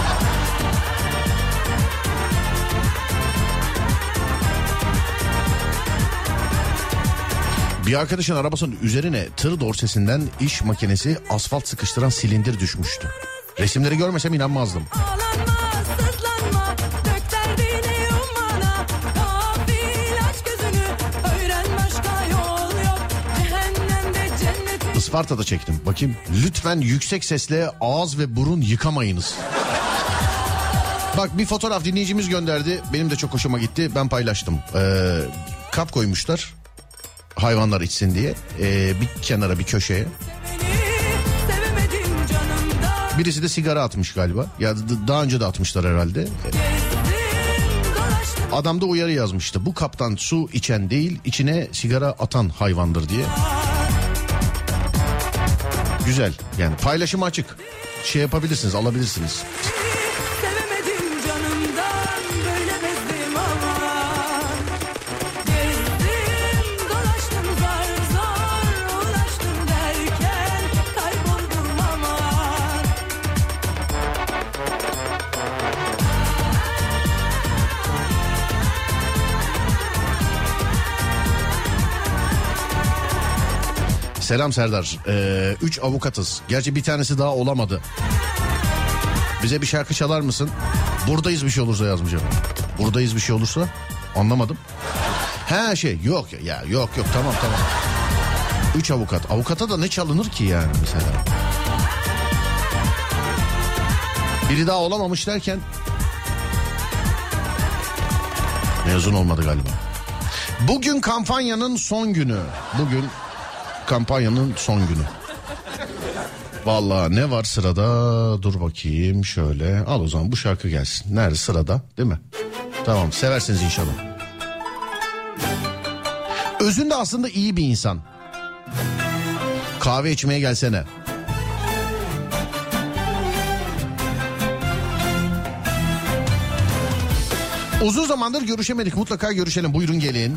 Bir arkadaşın arabasının üzerine tır dorsesinden iş makinesi asfalt sıkıştıran silindir düşmüştü. Resimleri görmesem inanmazdım. Isparta'da çektim. Bakayım. Lütfen yüksek sesle ağız ve burun yıkamayınız. Bak bir fotoğraf dinleyicimiz gönderdi. Benim de çok hoşuma gitti. Ben paylaştım. Kap koymuşlar. Hayvanlar içsin diye. Bir kenara, bir köşeye. Birisi de sigara atmış galiba. Ya daha önce de atmışlar herhalde. Adam da uyarı yazmıştı. Bu kaptan su içen değil, içine sigara atan hayvandır diye. Güzel. Yani paylaşım açık. Şey yapabilirsiniz, alabilirsiniz. Selam Serdar. 3 avukatız. Gerçi bir tanesi daha olamadı. Bize bir şarkı çalar mısın? Buradayız bir şey olursa yazmış ama. Buradayız bir şey olursa anlamadım. He şey yok ya yok tamam. 3 avukat. Avukata da ne çalınır ki yani mesela? Biri daha olamamış derken mezun olmadı galiba. Bugün kampanyanın son günü. Kampanyanın son günü. Vallahi ne var sırada? Dur bakayım şöyle. Al o zaman bu şarkı gelsin. Nerede sırada? Değil mi? Tamam, seversiniz inşallah. Özünde aslında iyi bir insan. Kahve içmeye gelsene. Uzun zamandır görüşemedik. Mutlaka görüşelim. Buyurun gelin.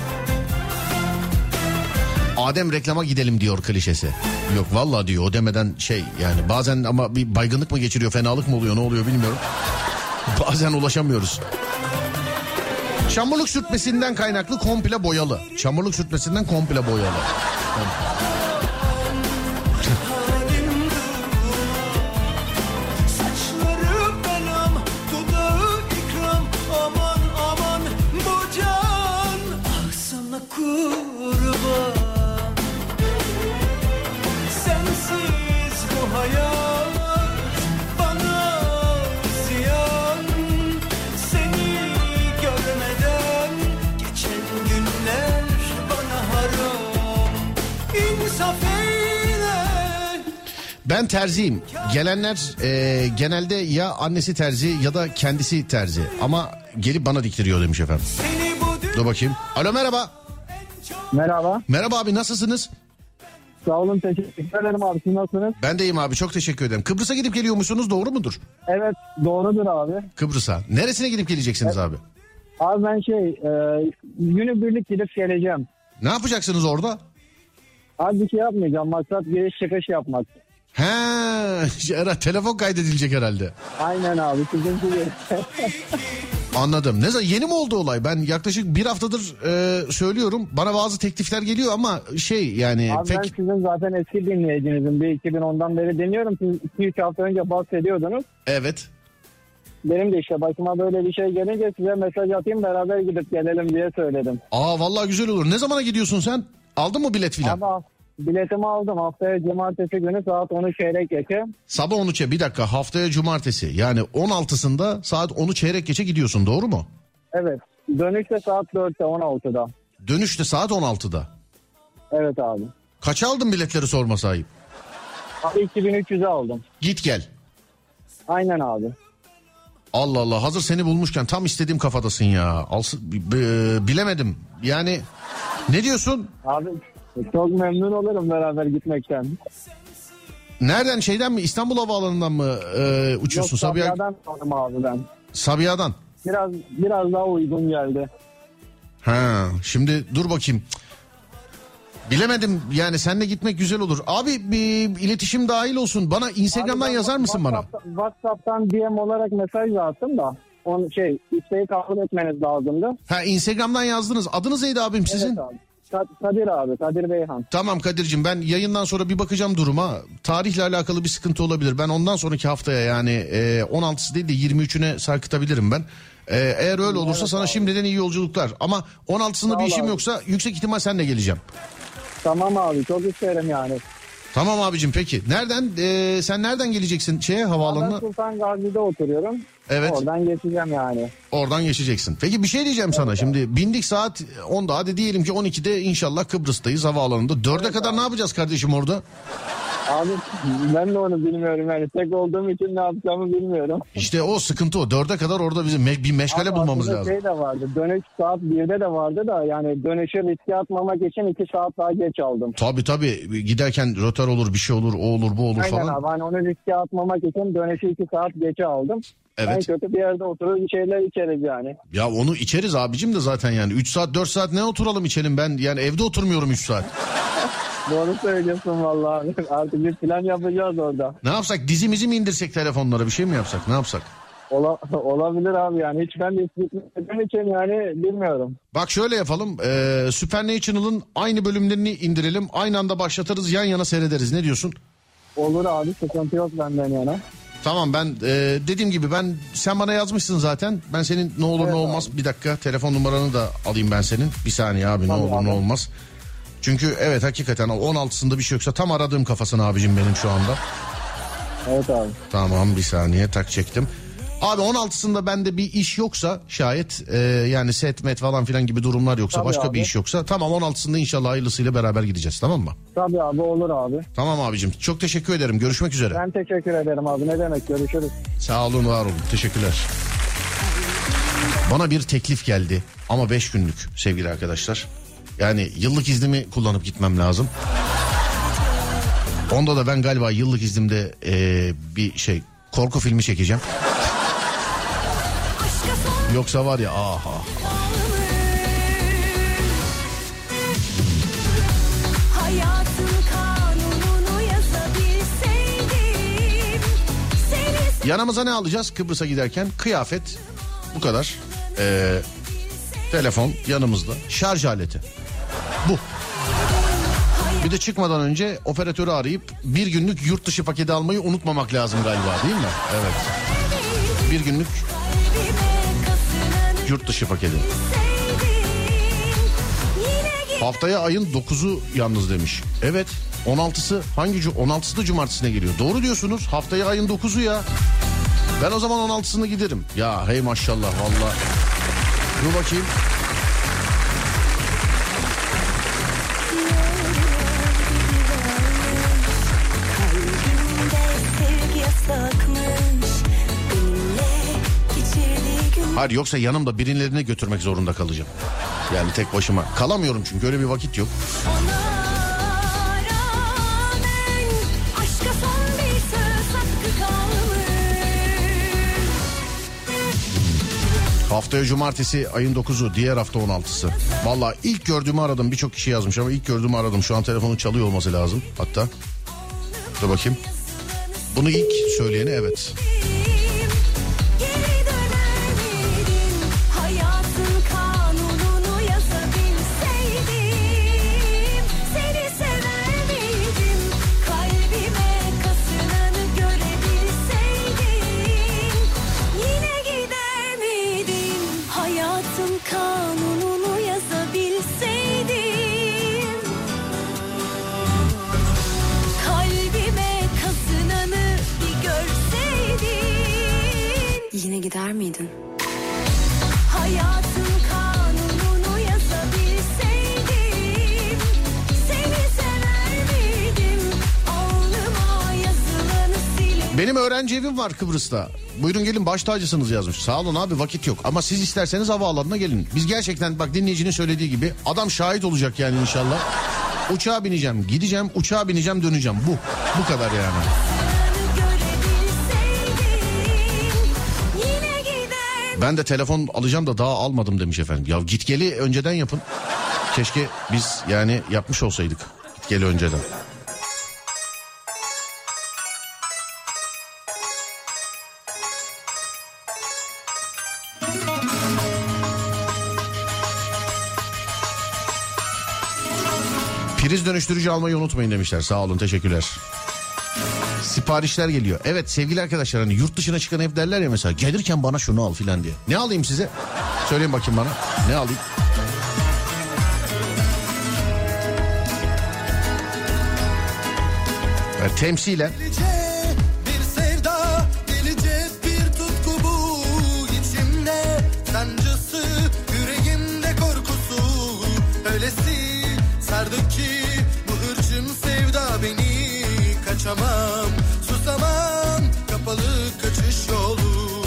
Adem reklama gidelim diyor klişesi. Yok vallahi diyor o demeden şey yani bazen ama bir baygınlık mı geçiriyor, fenalık mı oluyor, ne oluyor bilmiyorum. Bazen ulaşamıyoruz. Çamurluk sürtmesinden kaynaklı komple boyalı. Çamurluk sürtmesinden komple boyalı. Ben terziyim. Gelenler genelde ya annesi terzi ya da kendisi terzi. Ama gelip bana diktiriyor demiş efendim. Dur bakayım. Alo merhaba. Merhaba. Merhaba abi, nasılsınız? Sağ olun, teşekkür ederim abi. Siz nasılsınız? Ben de iyiyim abi, çok teşekkür ederim. Kıbrıs'a gidip geliyormuşsunuz, doğru mudur? Evet, doğrudur abi. Kıbrıs'a. Neresine gidip geleceksiniz abi? Abi ben günübirlik gidip geleceğim. Ne yapacaksınız orada? Abi bir şey yapmayacağım. Maksat giriş çıkış yapmak. He, telefon kaydedilecek herhalde. Aynen abi, sıkıntı değil. Anladım. Ne zaman, yeni mi oldu olay? Ben yaklaşık bir haftadır söylüyorum. Bana bazı teklifler geliyor ama yani... Abi ben sizin zaten eski dinleyicinizim. 2010'dan beri dinliyorum. Siz 2-3 hafta önce bahsediyordunuz. Evet. Benim de işte başıma böyle bir şey gelince size mesaj atayım, beraber gidip gelelim diye söyledim. Aa vallahi güzel olur. Ne zamana gidiyorsun sen? Aldın mı bilet filan? Abi biletimi aldım. Haftaya cumartesi günü saat 10'u çeyrek geçe. Sabah 10'u bir dakika, haftaya cumartesi. Yani 16'sında saat 10'u çeyrek geçe gidiyorsun, doğru mu? Evet. Dönüşte saat 4'te 16'da. Dönüşte saat 16'da. Evet abi. Kaça aldın biletleri, sorma sahip? Abi 2300'e aldım. Git gel. Aynen abi. Allah Allah, hazır seni bulmuşken tam istediğim kafadasın ya. Bilemedim yani Ne diyorsun? Abi çok memnun olurum beraber gitmekten. Nereden, şeyden mi, İstanbul Havaalanı'ndan mı uçuyorsun? Yok, Sabiha'dan aldım abi ben. Sabiha'dan. Biraz daha uygun geldi. Ha, şimdi dur bakayım. Bilemedim yani, seninle gitmek güzel olur. Abi bir iletişim dahil olsun. Bana Instagram'dan yazar mısın bana? WhatsApp'tan DM olarak mesaj attım da. Onu isteği kabul etmeniz lazımdı. Ha, Instagram'dan yazdınız. Adınız neydi abim sizin? Evet abi. Kadir abi, Kadir Beyhan. Tamam Kadir'cim, ben yayından sonra bir bakacağım duruma. Tarihle alakalı bir sıkıntı olabilir. Ben ondan sonraki haftaya yani 16'sı değil de 23'üne sarkıtabilirim ben. Eğer öyle olursa evet, sana abi, şimdiden iyi yolculuklar. Ama 16'sında bir işim yoksa yüksek ihtimal seninle geleceğim. Tamam abi, çok isterim yani. Tamam abicim, peki. Nereden sen nereden geleceksin havaalanına? Ben Sultan Gazi'de oturuyorum. Evet. Oradan geçeceğim yani. Oradan geçeceksin. Peki bir şey diyeceğim evet, sana. Abi. Şimdi bindik saat 10'da, hadi diyelim ki 12'de inşallah Kıbrıs'tayız havaalanında. 4'e evet, kadar abi, ne yapacağız kardeşim orada? Abi ben de onu bilmiyorum yani, tek olduğum için ne yapacağımı bilmiyorum. İşte o sıkıntı o. 4'e kadar orada bizim bir meşgale abi, bulmamız lazım. Şey de vardı, dönüş saat 1'de de vardı da yani dönüşü riske atmamak için 2 saat daha geç aldım. Tabii giderken rötar olur, bir şey olur, o olur, bu olur. Aynen falan. Aynen abi, hani onu riske atmamak için dönüşü 2 saat geç aldım. Evet. En kötü bir yerde oturur bir şeyler içeriz yani. Ya onu içeriz abicim de zaten yani 3 saat 4 saat ne oturalım içelim, ben yani evde oturmuyorum 3 saat. Doğru söylüyorsun vallahi. Artık bir plan yapacağız orada. Ne yapsak, dizimizi mi indirsek telefonlara, bir şey mi yapsak, ne yapsak? Olabilir abi yani, hiç ben de istediğim için yani bilmiyorum. Bak şöyle yapalım, Supernatural'ın aynı bölümlerini indirelim, aynı anda başlatırız, yan yana seyrederiz, ne diyorsun? Olur abi, sıkıntı yok benden yana. Tamam, ben dediğim gibi sen bana yazmışsın zaten. Ben senin ne olur evet, ne olmaz abi, bir dakika telefon numaranı da alayım ben senin. Bir saniye abi, ne olur abi, ne olmaz. Çünkü evet hakikaten 16'sında bir şey yoksa tam aradığım kafasını abicim benim şu anda. Evet abi. Tamam, bir saniye tak çektim. Abi 16'sında bende bir iş yoksa şayet yani set falan filan gibi durumlar yoksa, tabii başka abi, bir iş yoksa tamam, 16'sında inşallah hayırlısıyla beraber gideceğiz, tamam mı? Tabii abi, olur abi. Tamam abicim, çok teşekkür ederim, görüşmek üzere. Ben teşekkür ederim abi, ne demek, görüşürüz. Sağ olun, var olun, teşekkürler. Bana bir teklif geldi ama 5 günlük sevgili arkadaşlar. Yani yıllık iznimi kullanıp gitmem lazım. Onda da ben galiba yıllık iznimde bir korku filmi çekeceğim. Yoksa var ya aha. Yanımıza ne alacağız Kıbrıs'a giderken? Kıyafet, bu kadar. Telefon yanımızda, şarj aleti. Bu. Bir de çıkmadan önce operatörü arayıp bir günlük yurt dışı paketi almayı unutmamak lazım galiba, değil mi? Evet. Bir günlük yurt dışı paketi. Haftaya ayın 9'u yalnız demiş. Evet, 16'sı hangi 16'sı da cumartesine geliyor. Doğru diyorsunuz. Haftaya ayın 9'u ya. Ben o zaman 16'sında giderim. Ya hey maşallah vallahi. Dur bakayım. Hayır, yoksa yanımda birilerine götürmek zorunda kalacağım. Yani tek başıma kalamıyorum çünkü öyle bir vakit yok. Haftaya cumartesi ayın 9'u, diğer hafta 16'sı. Vallahi ilk gördüğümü aradım, birçok kişi yazmış ama ilk gördüğümü aradım. Şu an telefonu çalıyor olması lazım hatta. Dur bakayım. Bunu ilk söyleyeni evet. Yine gider miydin? Hayatın kanununu yazabilseydim, seni sever miydim? Alnıma yazılanı silip Benim öğrenci evim var Kıbrıs'ta. Buyurun gelin, baş tacısınız yazmış. Sağ olun abi, vakit yok. Ama siz isterseniz havaalanına gelin. Biz gerçekten bak, dinleyicinin söylediği gibi adam şahit olacak yani inşallah. Uçağa bineceğim, gideceğim, uçağa bineceğim, döneceğim. Bu kadar yani. Ben de telefon alacağım da daha almadım demiş efendim. Ya git geli önceden yapın. Keşke biz yani yapmış olsaydık git geli önceden. Priz dönüştürücü almayı unutmayın demişler. Sağ olun, teşekkürler. Siparişler geliyor. Evet sevgili arkadaşlar, hani yurt dışına çıkan ev derler ya mesela, gelirken bana şunu al filan diye. Ne alayım size? Söyleyin bakayım bana. Ne alayım? Evet, temsilen. Bir sevda, gelecek bir tutku bu içimde, sancısı, yüreğimde korkusu, öylesi sardı ki bu hırçın sevda beni, kaçamam, susamam, kapalı kaçış yolu.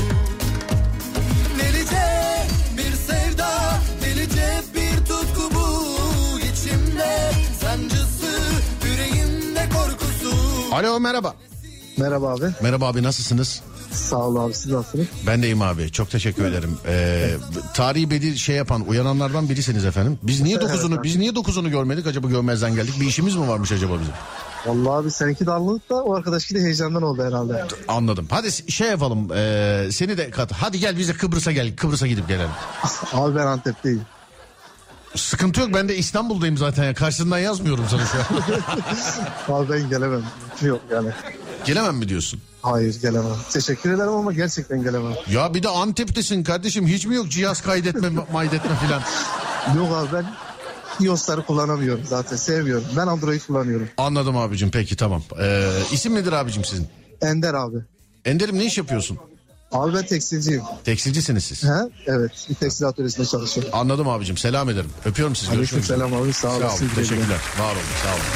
Delice bir sevda, delice bir tutku bu içimde, sancısı, yüreğimde korkusu. Alo, merhaba. Merhaba abi. Merhaba abi, nasılsınız? Sağ ol abi, siz nasılsınız? Ben deyim abi, çok teşekkür ederim. Tarihi bedi şey yapan, uyananlardan birisiniz efendim. Biz niye 9'unu görmedik acaba, görmezden geldik. Bir işimiz mi varmış acaba bizim? Vallahi abi seninki de anladık da o arkadaşki de heyecandan oldu herhalde. Anladım. Hadi şey yapalım, seni de kat. Hadi gel bize Kıbrıs'a gel. Kıbrıs'a gidip gelelim. Abi ben Antep'teyim. Sıkıntı yok, ben de İstanbul'dayım zaten ya. Karşısından yazmıyorum sana şu an. Abi ben gelemem. Yok yani. Gelemem mi diyorsun? Hayır gelemem. Teşekkür ederim ama gerçekten gelemem. Ya bir de Antep'tesin kardeşim, hiç mi yok cihaz kaydetme maydetme filan? Yok abi, ben iOS'ları kullanamıyorum zaten, sevmiyorum. Ben Android kullanıyorum. Anladım abicim, peki tamam. İsim nedir abicim sizin? Ender abi. Ender'im, ne iş yapıyorsun? Abi ben tekstilciyim. Tekstilcisiniz siz. He? Evet, bir tekstil atölyesinde çalışıyorum. Anladım abicim, selam ederim. Öpüyorum sizi. Görüşmek üzere. Selam abi, sağ olasın. Teşekkürler. Var olun, sağ olun.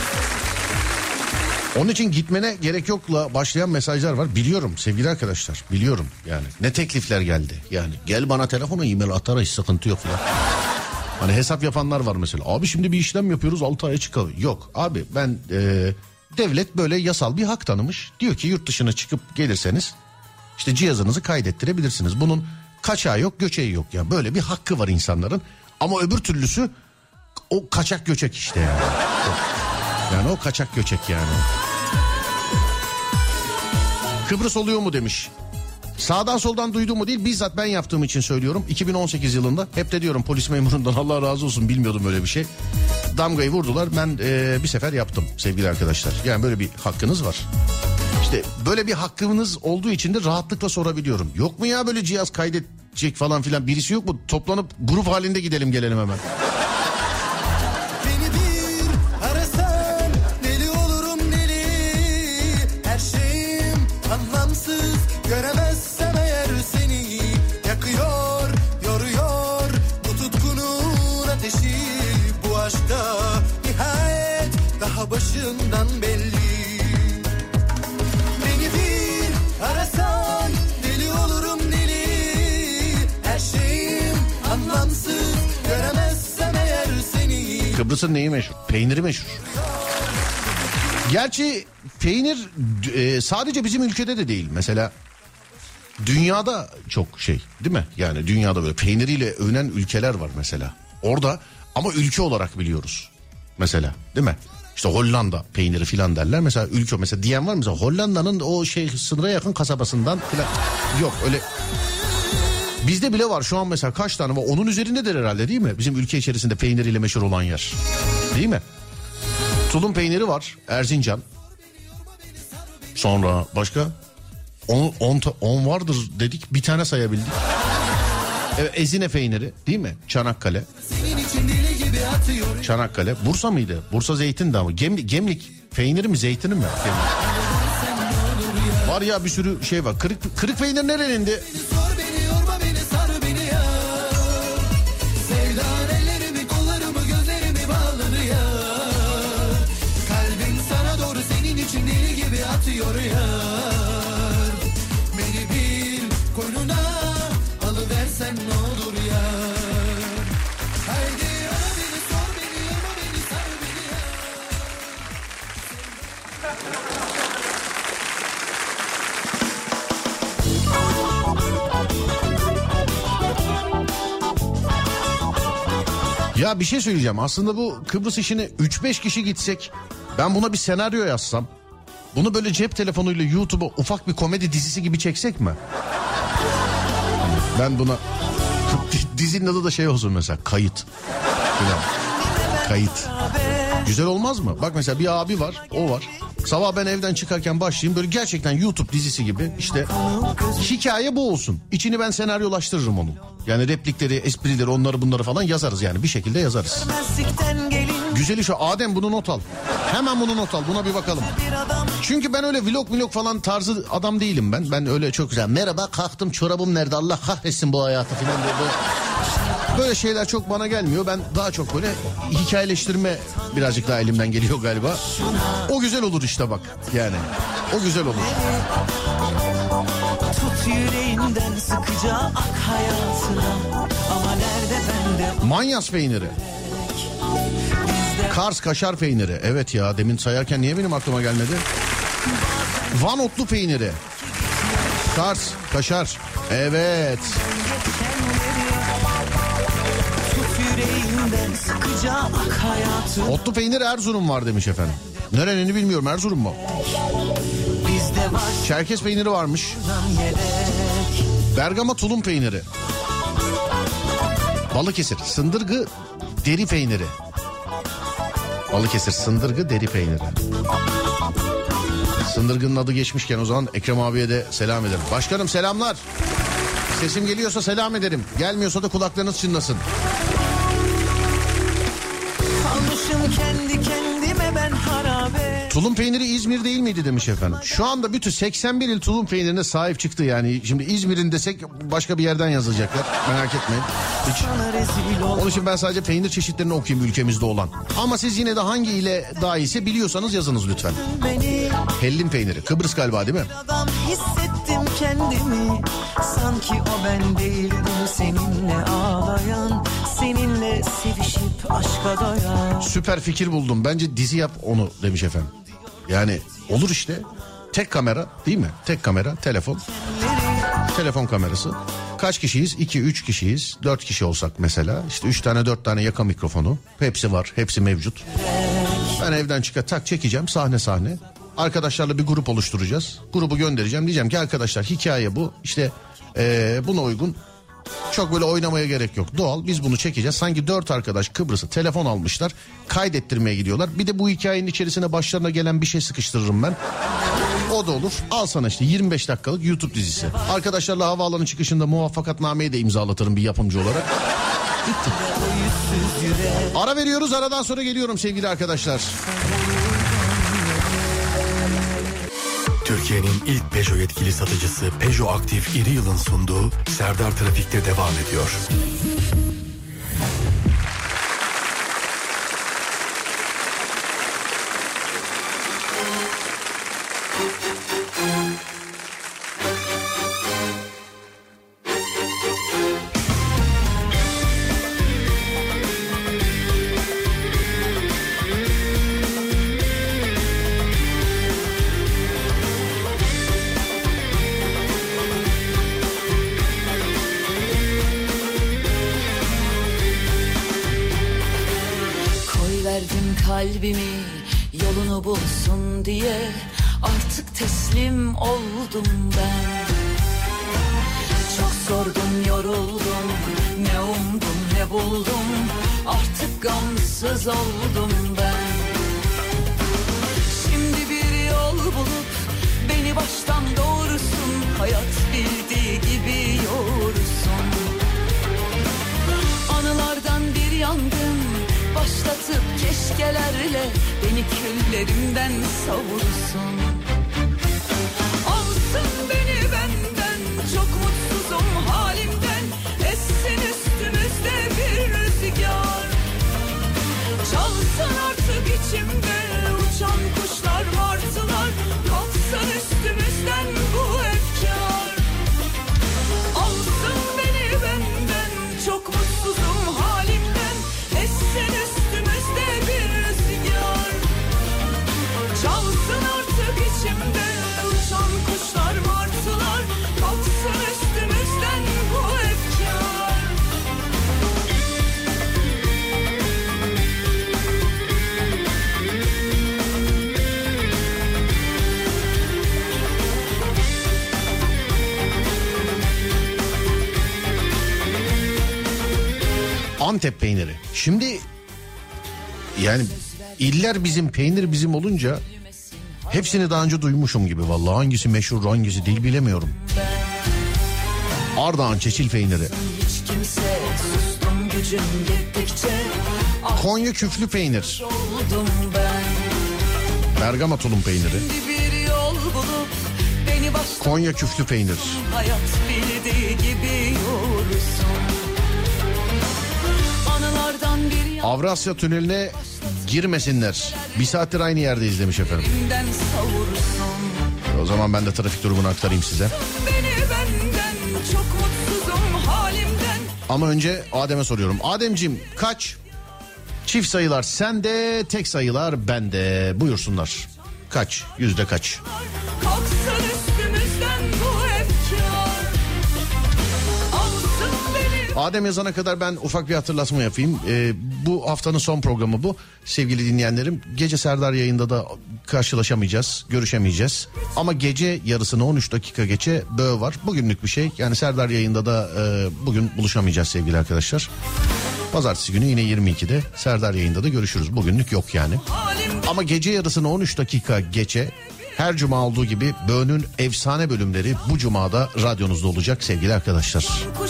Onun için gitmene gerek yokla başlayan mesajlar var. Biliyorum sevgili arkadaşlar, biliyorum yani. Ne teklifler geldi yani. Gel bana telefona e-mail atar, hiç sıkıntı yok falan. Hani hesap yapanlar var mesela. Abi şimdi bir işlem yapıyoruz, 6 aya çıkalım. Yok abi, ben devlet böyle yasal bir hak tanımış. Diyor ki yurt dışına çıkıp gelirseniz işte cihazınızı kaydettirebilirsiniz. Bunun kaçağı yok, göçeği yok. Yani böyle bir hakkı var insanların. Ama öbür türlüsü o kaçak göçek işte yani. Yani o kaçak göçek yani. Kıbrıs oluyor mu demiş. Sağdan soldan duyduğumu değil, bizzat ben yaptığım için söylüyorum. 2018 yılında hep de diyorum polis memurundan Allah razı olsun, bilmiyordum öyle bir şey. Damgayı vurdular, ben bir sefer yaptım sevgili arkadaşlar. Yani böyle bir hakkınız var. İşte böyle bir hakkınız olduğu için de rahatlıkla sorabiliyorum. Yok mu ya böyle cihaz kaydedecek falan filan, birisi yok mu? Toplanıp grup halinde gidelim gelelim hemen. Göremezsem eğer seni, yakıyor, yoruyor bu tutkunun ateşi, bu aşkta nihayet daha başından belli. Beni bir arasan deli olurum deli, her şeyim anlamsız, göremezsem eğer seni. Kıbrıs'ın neyi meşhur? Peyniri meşhur. Gerçi peynir sadece bizim ülkede de değil. Mesela dünyada çok şey değil mi? Yani dünyada böyle peyniriyle övünen ülkeler var mesela. Orada ama ülke olarak biliyoruz. Mesela değil mi? İşte Hollanda peyniri filan derler. Mesela ülke, mesela diyen var mı? Mesela Hollanda'nın o şey sınıra yakın kasabasından filan. Yok öyle. Bizde bile var şu an mesela, kaç tane var? Onun üzerindedir herhalde değil mi? Bizim ülke içerisinde peyniriyle meşhur olan yer. Değil mi? Tulum peyniri var, Erzincan. Sonra başka 10 vardır dedik, bir tane sayabildik. Evet, Ezine peyniri değil mi? Çanakkale. Çanakkale. Bursa mıydı? Bursa zeytin de ama. Gemlik peyniri mi, zeytini mi? Var ya, bir sürü şey var. Kırık peynir nerelinde? Ya bir şey söyleyeceğim. Aslında bu Kıbrıs işine 3-5 kişi gitsek, ben buna bir senaryo yazsam, bunu böyle cep telefonuyla YouTube'a ufak bir komedi dizisi gibi çeksek mi? Ben buna dizinin adı da şey olsun mesela, Kayıt. Kayıt. Güzel olmaz mı? Bak mesela bir abi var, o var. Sabah ben evden çıkarken başlayayım, böyle gerçekten YouTube dizisi gibi, işte hikaye bu olsun. İçini ben senaryolaştırırım onun. Yani replikleri, esprileri, onları bunları falan yazarız yani, bir şekilde yazarız. Güzel iş o. Adem, bunu not al. Hemen bunu not al, buna bir bakalım. Çünkü ben öyle vlog falan tarzı adam değilim ben. Ben öyle çok güzel, merhaba kalktım çorabım nerede, Allah kahretsin bu hayatı falan böyle şeyler çok bana gelmiyor. Ben daha çok böyle hikayeleştirme birazcık daha elimden geliyor galiba. O güzel olur işte bak yani. O güzel olur. Tut yüreğinden sıkıca ak hayatına. Ama nerede bende? Manyas peyniri. Kars kaşar peyniri. Evet ya, demin sayarken niye benim aklıma gelmedi? Van otlu peyniri. Kars kaşar. Evet. Otlu peynir Erzurum var demiş efendim. Nerenin bilmiyorum, Erzurum mu? Çerkez peyniri varmış. Bergama tulum peyniri. Balıkesir sındırgı deri peyniri. Balıkesir sındırgı deri peyniri. Sındırgının adı geçmişken o zaman Ekrem abiye de selam ederim. Başkanım selamlar. Sesim geliyorsa selam ederim. Gelmiyorsa da kulaklarınız çınlasın. Kendi kendime ben harabe. Tulum peyniri İzmir değil miydi demiş efendim. Şu anda bütün 81 il tulum peynirine sahip çıktı yani. Şimdi İzmir'in desek başka bir yerden yazacaklar. Merak etmeyin. Hiç. Onun için ben sadece peynir çeşitlerini okuyayım ülkemizde olan. Ama siz yine de hangi ile daha iyiyse biliyorsanız yazınız lütfen. Hellim peyniri. Kıbrıs galiba değil mi? Hissettim kendimi. Sanki o ben değildim, seninle ağlayan, seninle sevişip aşka doyan. Süper fikir buldum. Bence dizi yap onu demiş efendim. Yani olur işte. Tek kamera değil mi? Tek kamera, telefon. Telefon kamerası. Kaç kişiyiz? 2-3 kişiyiz. 4 kişi olsak mesela. İşte 3 tane 4 tane yaka mikrofonu. Hepsi var. Hepsi mevcut. Ben evden çıkar çekeceğim sahne. Arkadaşlarla bir grup oluşturacağız. Grubu göndereceğim. Diyeceğim ki arkadaşlar hikaye bu. İşte buna uygun. Çok böyle oynamaya gerek yok. Doğal, biz bunu çekeceğiz. Sanki 4 arkadaş Kıbrıs'a telefon almışlar. Kaydettirmeye gidiyorlar. Bir de bu hikayenin içerisine başlarına gelen bir şey sıkıştırırım ben. O da olur. Al sana işte 25 dakikalık YouTube dizisi. Arkadaşlarla havaalanı çıkışında muvaffakatnameyi de imzalatırım bir yapımcı olarak. Bitti. Ara veriyoruz. Aradan sonra geliyorum sevgili arkadaşlar. Türkiye'nin ilk Peugeot yetkili satıcısı Peugeot Aktif İri Yıl'ın sunduğu Serdar Trafik'te devam ediyor. Kalbimi yolunu bulsun diye artık teslim oldum ben. Çok sordum, yoruldum, ne umdum ne buldum, artık gamsız oldum ben. Şimdi bir yol bulup beni baştan doğursun, hayat bildiği gibi yoğursun. Anılardan bir yangın başlatıp keşkelerle beni küllerimden savursun. Alsın beni benden, çok mutsuzum halimden, essin üstümüzde bir rüzgar. Çalsın artık içimde uçan kuşlar, martılar, kalksın üstümüzden bu efkar. Alsın beni benden, çok mutsuzum halimden, essin üstümüzde bir rüzgar. Çalsın artık içimde uçan kuşlar, martılar, kalksın üstümüzden bu efkar. Antep peyniri. Şimdi yani iller bizim, peynir bizim olunca hepsini daha önce duymuşum gibi vallahi. Hangisi meşhur, hangisi değil bilemiyorum. Ardahan çeçil peyniri. Konya küflü peynir. Bergama tulum peyniri. Konya küflü peynir. Avrasya Tüneli'ne girmesinler. Bir saattir aynı yerdeyiz demiş efendim. O zaman ben de trafik durumunu aktarayım size. Ama önce Adem'e soruyorum. Ademciğim kaç? Çift sayılar sende, tek sayılar bende. Buyursunlar. Kaç? Yüzde kaç? Adem yazana kadar ben ufak bir hatırlatma yapayım. Bu haftanın son programı bu. Sevgili dinleyenlerim, gece Serdar yayında da karşılaşamayacağız, görüşemeyeceğiz. Ama gece yarısına 13 dakika geçe böğ var. Bugünlük bir şey. Yani Serdar yayında da bugün buluşamayacağız sevgili arkadaşlar. Pazartesi günü yine 22'de Serdar yayında da görüşürüz. Bugünlük yok yani. Ama gece yarısına 13 dakika geçe her cuma olduğu gibi Böğ'ün efsane bölümleri bu cumada radyonuzda olacak sevgili arkadaşlar.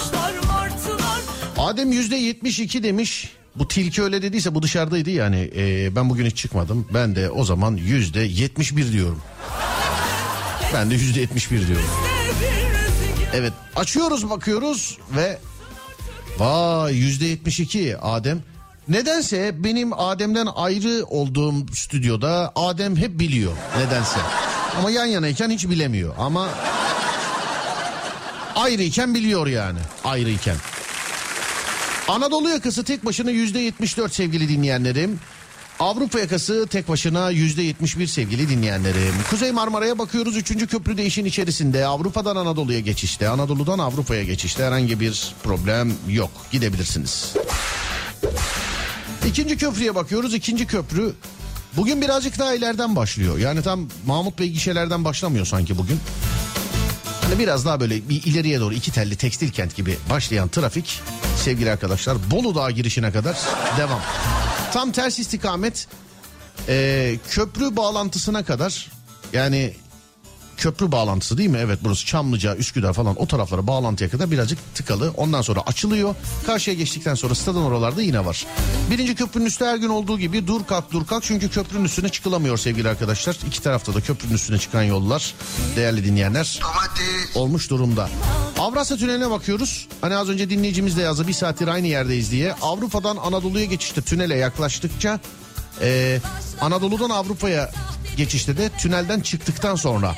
Adem %72 demiş. Bu tilki öyle dediyse bu dışarıdaydı yani. Ben bugün hiç çıkmadım. Ben de o zaman %71 diyorum. Ben de %71 diyorum. Evet, açıyoruz bakıyoruz ve vay %72 Adem. Nedense benim Adem'den ayrı olduğum stüdyoda Adem hep biliyor nedense. Ama yan yanayken hiç bilemiyor. Ama ayrıyken biliyor yani. Ayrıyken. Anadolu yakası tek başına %74 sevgili dinleyenlerim. Avrupa yakası tek başına %71 sevgili dinleyenlerim. Kuzey Marmara'ya bakıyoruz. 3. köprü değişin içerisinde. Avrupa'dan Anadolu'ya geçişte, Anadolu'dan Avrupa'ya geçişte herhangi bir problem yok. Gidebilirsiniz. 2. köprüye bakıyoruz. 2. köprü bugün birazcık daha ileriden başlıyor. Yani tam Mahmut Bey gişelerden başlamıyor sanki bugün. Hani biraz daha böyle bir ileriye doğru 2 telli tekstil kent gibi başlayan trafik sevgili arkadaşlar Bolu Dağı girişine kadar devam. Tam ters istikamet köprü bağlantısına kadar, yani köprü bağlantısı değil mi? Evet, burası Çamlıca, Üsküdar falan o taraflara bağlantıya kadar birazcık tıkalı. Ondan sonra açılıyor. Karşıya geçtikten sonra stadın oralarda yine var. 1. köprünün üstü her gün olduğu gibi dur kalk çünkü köprünün üstüne çıkılamıyor sevgili arkadaşlar. 2 tarafta da köprünün üstüne çıkan yollar değerli dinleyenler olmuş durumda. Avrasya Tüneli'ne bakıyoruz. Hani az önce dinleyicimiz de yazdı, bir saattir aynı yerdeyiz diye. Avrupa'dan Anadolu'ya geçişte tünele yaklaştıkça Anadolu'dan Avrupa'ya geçişte de tünelden çıktıktan sonra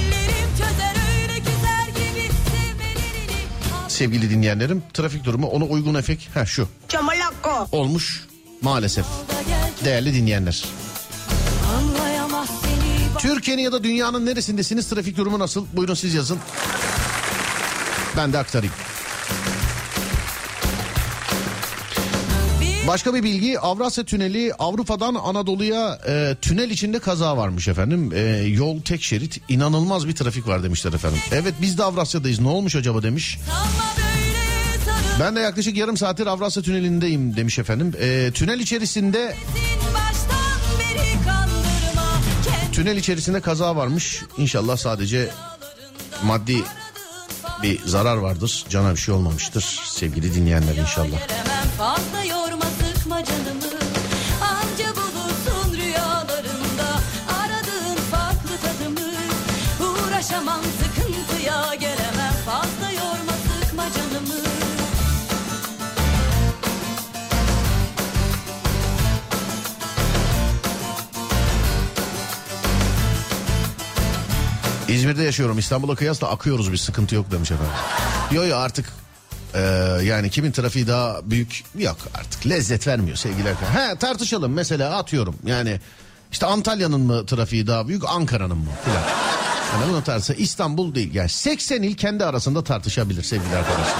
sevgili dinleyenlerim trafik durumu ona uygun efekt şu olmuş maalesef değerli dinleyenler. Türkiye'nin ya da dünyanın neresindesiniz, trafik durumu nasıl? Buyurun siz yazın, ben de aktarayım. Başka bir bilgi, Avrasya Tüneli Avrupa'dan Anadolu'ya tünel içinde kaza varmış efendim. Yol tek şerit, inanılmaz bir trafik var demişler efendim. Evet, biz de Avrasya'dayız, ne olmuş acaba demiş. Ben de yaklaşık yarım saattir Avrasya Tüneli'ndeyim demiş efendim. Tünel içerisinde kaza varmış. İnşallah sadece maddi bir zarar vardır, cana bir şey olmamıştır sevgili dinleyenler inşallah. Fazla yorma sıkma canımı, anca bulursun rüyalarında aradığın farklı tadımı. Uğraşamam sıkıntıya gelemem, fazla yorma sıkma canımı. İzmir'de yaşıyorum, İstanbul'a kıyasla akıyoruz, bir sıkıntı yok demiş efendim. Yo artık yani kimin trafiği daha büyük, yok artık, lezzet vermiyor sevgili arkadaşlar. Tartışalım mesela, atıyorum yani işte Antalya'nın mı trafiği daha büyük, Ankara'nın mı filan. Yani bunu tartışsa İstanbul değil, yani 80 il kendi arasında tartışabilir sevgili arkadaşlar.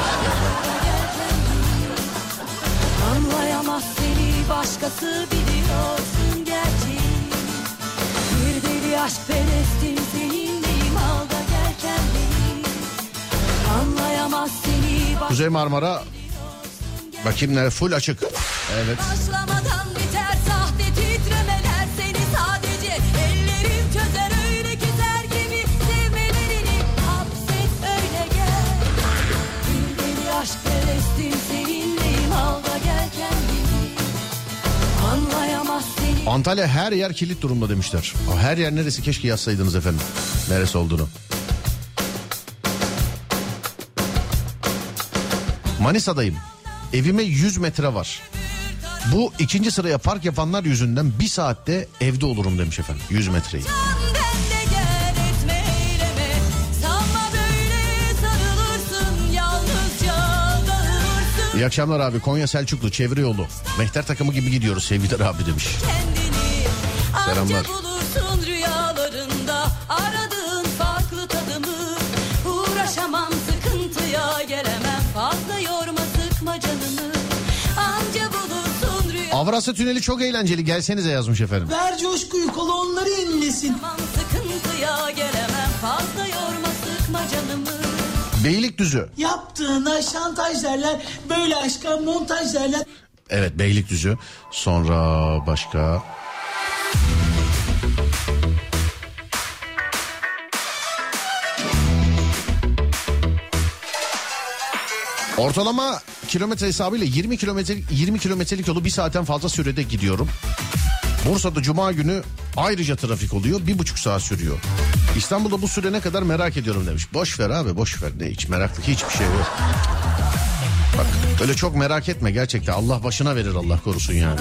Anlayamaz seni başkası, biliyorsun gerçi. Bir deli aşk perestim, seninleyim, al da gel kendini. Anlayamaz seni Kuzey Marmara, Bakayım ne? Full açık. Evet. Başlamadan biter sahte titremeler, seni sadece ellerim çözer, öyle güzel gibi sevmelerini hapset öyle gel. Bir deli aşk perestim, seninleyim, al da gel kendini. Anlayamaz seni. Antalya her yer kilit durumda demişler. Her yer neresi, keşke yazsaydınız efendim. Neresi olduğunu. Manisa'dayım. Evime 100 metre var. Bu ikinci sıraya park yapanlar yüzünden bir saatte evde olurum demiş efendim. 100 metreyi. İyi akşamlar abi. Konya Selçuklu çevre yolu. Mehter takımı gibi gidiyoruz sevgiler abi demiş. Selamlar. Bulursun rüyalarında aradığın farklı tadımı. Uğraşamam, sıkıntıya gelemem, fazla yorma sıkma canımı. Anca bulursun rüyalarında. Avrasya Tüneli çok eğlenceli, gelsenize yazmış efendim. Ver coşkuyu, kolu onları inlesin. Sıkıntıya gelemem, fazla yorma sıkma canımı. Beylikdüzü. Yaptığına şantaj derler, böyle aşka montaj derler. Evet, Beylikdüzü. Sonra başka... Ortalama kilometre hesabıyla 20 kilometrelik yolu bir saatten fazla sürede gidiyorum. Bursa'da Cuma günü ayrıca trafik oluyor, 1,5 saat sürüyor. İstanbul'da bu süre ne kadar merak ediyorum demiş. Boş ver abi, boş ver, ne hiç meraklı hiçbir şey yok. Bak öyle çok merak etme gerçekten, Allah başına verir, Allah korusun yani.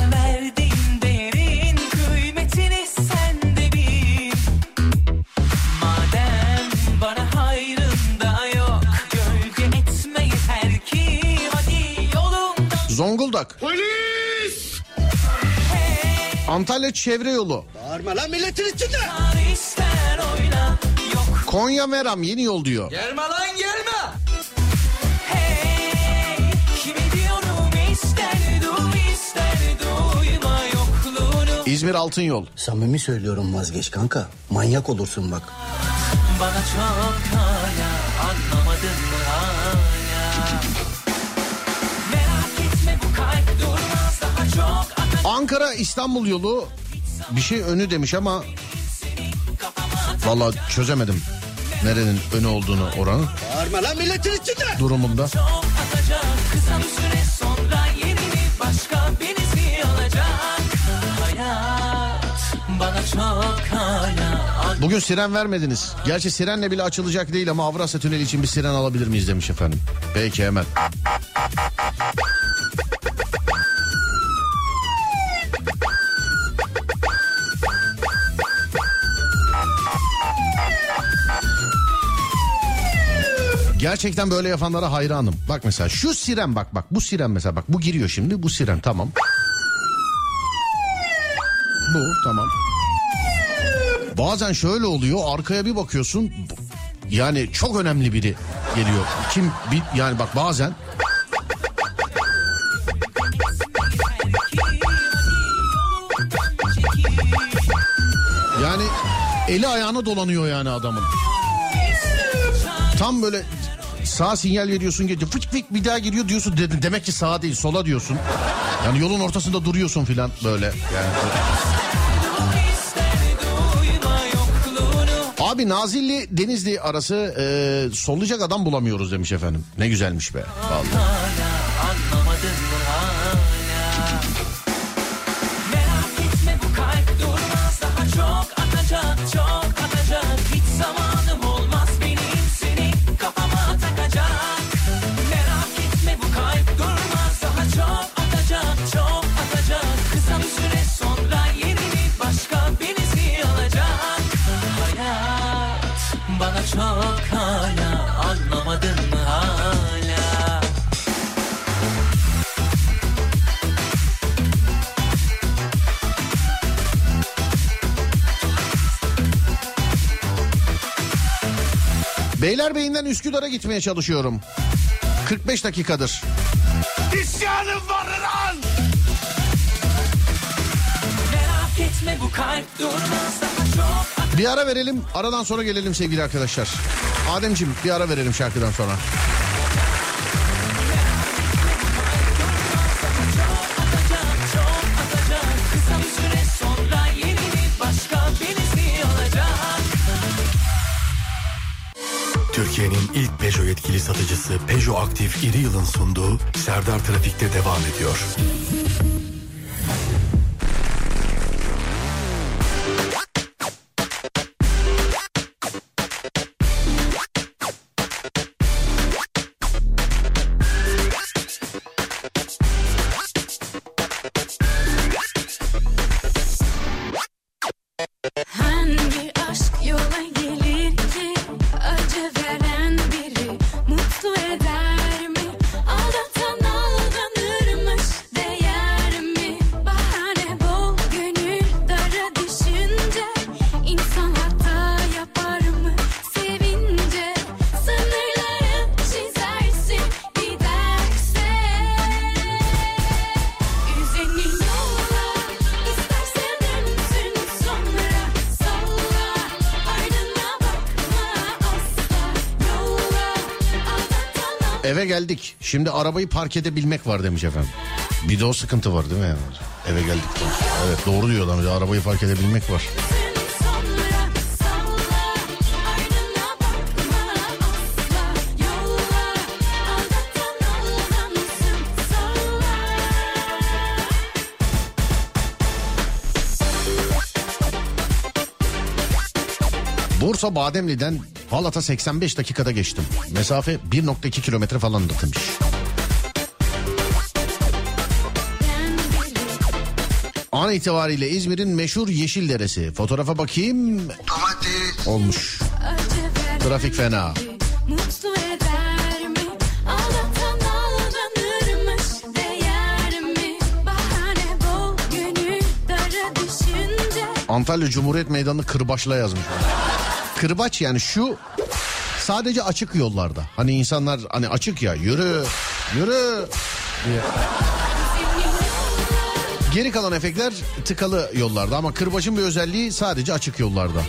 Zonguldak. Polis! Antalya çevre yolu. Bağırma lan milletin içinde. Konya Meram yeni yol diyor. Gelme lan gelme. İzmir Altın Yol. Samimi söylüyorum, vazgeç kanka. Manyak olursun bak. Bana çok hala anlamadın mı hala? Ankara İstanbul yolu bir şey önü demiş ama vallahi çözemedim nerenin önü olduğunu oranın. Bağırma lan milletin içinde. Durumunda. Bugün siren vermediniz. Gerçi sirenle bile açılacak değil ama Avrasya Tüneli için bir siren alabilir miyiz demiş efendim. Peki hemen. Gerçekten böyle yapanlara hayranım. Bak mesela şu siren, bak bu siren mesela, bak bu giriyor şimdi, bu siren tamam. Bu tamam. Bazen şöyle oluyor, arkaya bir bakıyorsun, yani çok önemli biri geliyor. Kim yani bak bazen. Yani eli ayağına dolanıyor yani adamın. Tam böyle sağ sinyal veriyorsun, gece fık fık bir daha giriyor diyorsun, demek ki sağa değil sola diyorsun. Yani yolun ortasında duruyorsun filan böyle. Yani. Abi Nazilli Denizli arası sollayacak adam bulamıyoruz demiş efendim. Ne güzelmiş be. Vallahi. Çok hala anlamadın mı hala? Beylerbeyi'nden Üsküdar'a gitmeye çalışıyorum. 45 dakikadır. İsyanım var lan! Merak etme bu kalp durmaz daha çok. Bir ara verelim, aradan sonra gelelim sevgili arkadaşlar. Ademciğim bir ara verelim şarkıdan sonra. Türkiye'nin ilk Peugeot yetkili satıcısı Peugeot Aktif İri Yıl'ın sunduğu Serdar Trafik'te devam ediyor. Hangi aşk yola gelir ki acı veren biri mutlu eder mi? Aldatan aldanırmış değer mi? Bahane bol gönül dara düşünce insan hata yapar mı sevince? Sınırları çizersin giderse üzeni yolla istersen dönsün sonra. Eve geldik. Şimdi arabayı park edebilmek var demiş efendim. Bir de o sıkıntı var değil mi yani? Eve geldik. Evet doğru diyor adam. Arabayı park edebilmek var. Bursa Bademli'den Halat'a 85 dakikada geçtim. Mesafe 1.2 kilometre falan da demiş. An itibariyle İzmir'in meşhur Yeşilderesi. Fotoğrafa bakayım. Olmuş. Trafik fena. Mutlu eder mi? Aldatan aldanırmış değer mi? Bahane bol gönül dara düşünce. Antalya Cumhuriyet Meydanı'nı kırbaçla yazmış. Kırbaç yani şu sadece açık yollarda. Hani insanlar hani açık ya yürü diye. Geri kalan efektler tıkalı yollarda ama kırbaçın bir özelliği sadece açık yollarda.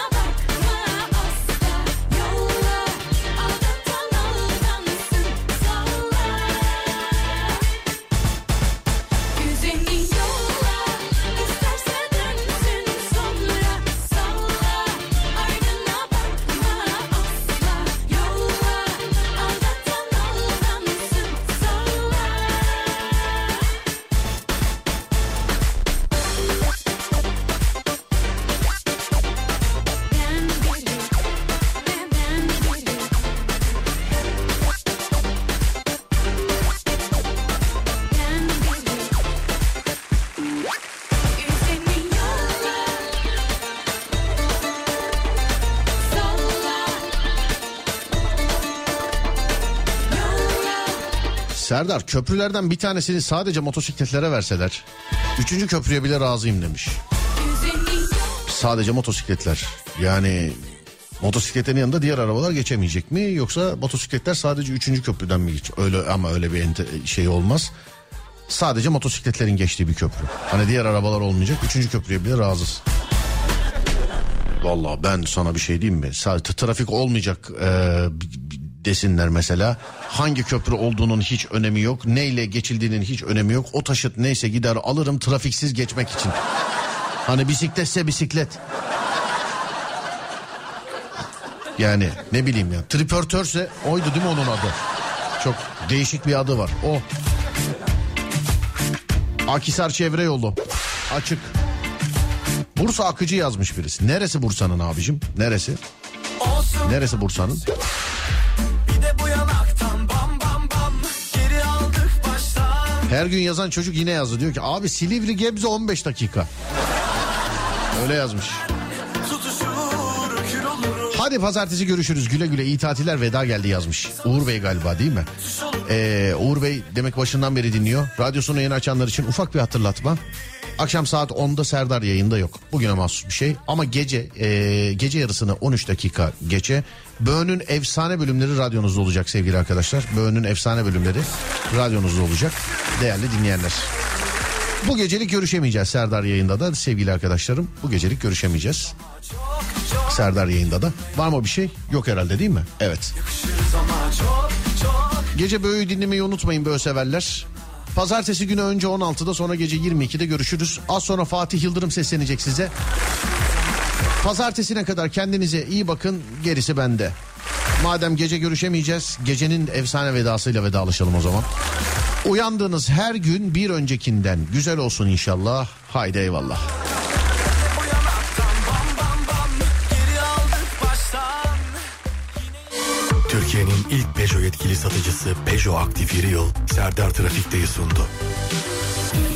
Serdar, köprülerden bir tanesini sadece motosikletlere verseler 3. köprüye bile razıyım demiş. Sadece motosikletler. Yani motosikletlerin yanında diğer arabalar geçemeyecek mi? Yoksa motosikletler sadece 3. köprüden mi geçecek? Öyle ama öyle bir şey olmaz. Sadece motosikletlerin geçtiği bir köprü. Hani diğer arabalar olmayacak. 3. köprüye bile razız. Vallahi ben sana bir şey diyeyim mi? Sadece trafik olmayacak desinler mesela. Hangi köprü olduğunun hiç önemi yok. Neyle geçildiğinin hiç önemi yok. O taşıt neyse gider alırım trafiksiz geçmek için. Hani bisikletse bisiklet. Yani ne bileyim ya. Tripörtörse oydu değil mi onun adı? Çok değişik bir adı var. O. Akhisar çevre yolu. Açık. Bursa Akıcı yazmış birisi. Neresi Bursa'nın abicim? Neresi? Neresi Bursa'nın? Her gün yazan çocuk yine yazdı. Diyor ki abi Silivri Gebze 15 dakika. Öyle yazmış. Hadi pazartesi görüşürüz. Güle güle iyi tatiller, veda geldi yazmış. Uğur Bey galiba değil mi? Uğur Bey demek başından beri dinliyor. Radyosunu yeni açanlar için ufak bir hatırlatma. Akşam saat 10'da Serdar yayında yok. Bugüne mahsus bir şey. Ama gece yarısını 13 dakika geçe Böğün'ün efsane bölümleri radyonuzda olacak sevgili arkadaşlar. Böğün'ün efsane bölümleri radyonuzda olacak değerli dinleyenler. Bu gecelik görüşemeyeceğiz Serdar yayında da sevgili arkadaşlarım. Bu gecelik görüşemeyeceğiz. Serdar yayında da. Var mı bir şey? Yok herhalde değil mi? Evet. Gece Böğü dinlemeyi unutmayın Böğü severler. Pazartesi günü önce 16'da sonra gece 22'de görüşürüz. Az sonra Fatih Yıldırım seslenecek size. Pazartesine kadar kendinize iyi bakın, gerisi bende. Madem gece görüşemeyeceğiz, gecenin efsane vedasıyla vedalaşalım o zaman. Uyandığınız her gün bir öncekinden güzel olsun inşallah. Haydi eyvallah. Türkiye'nin ilk Peugeot yetkili satıcısı Peugeot Aktif Yeri Yıl Serdar Trafik'teyi sundu.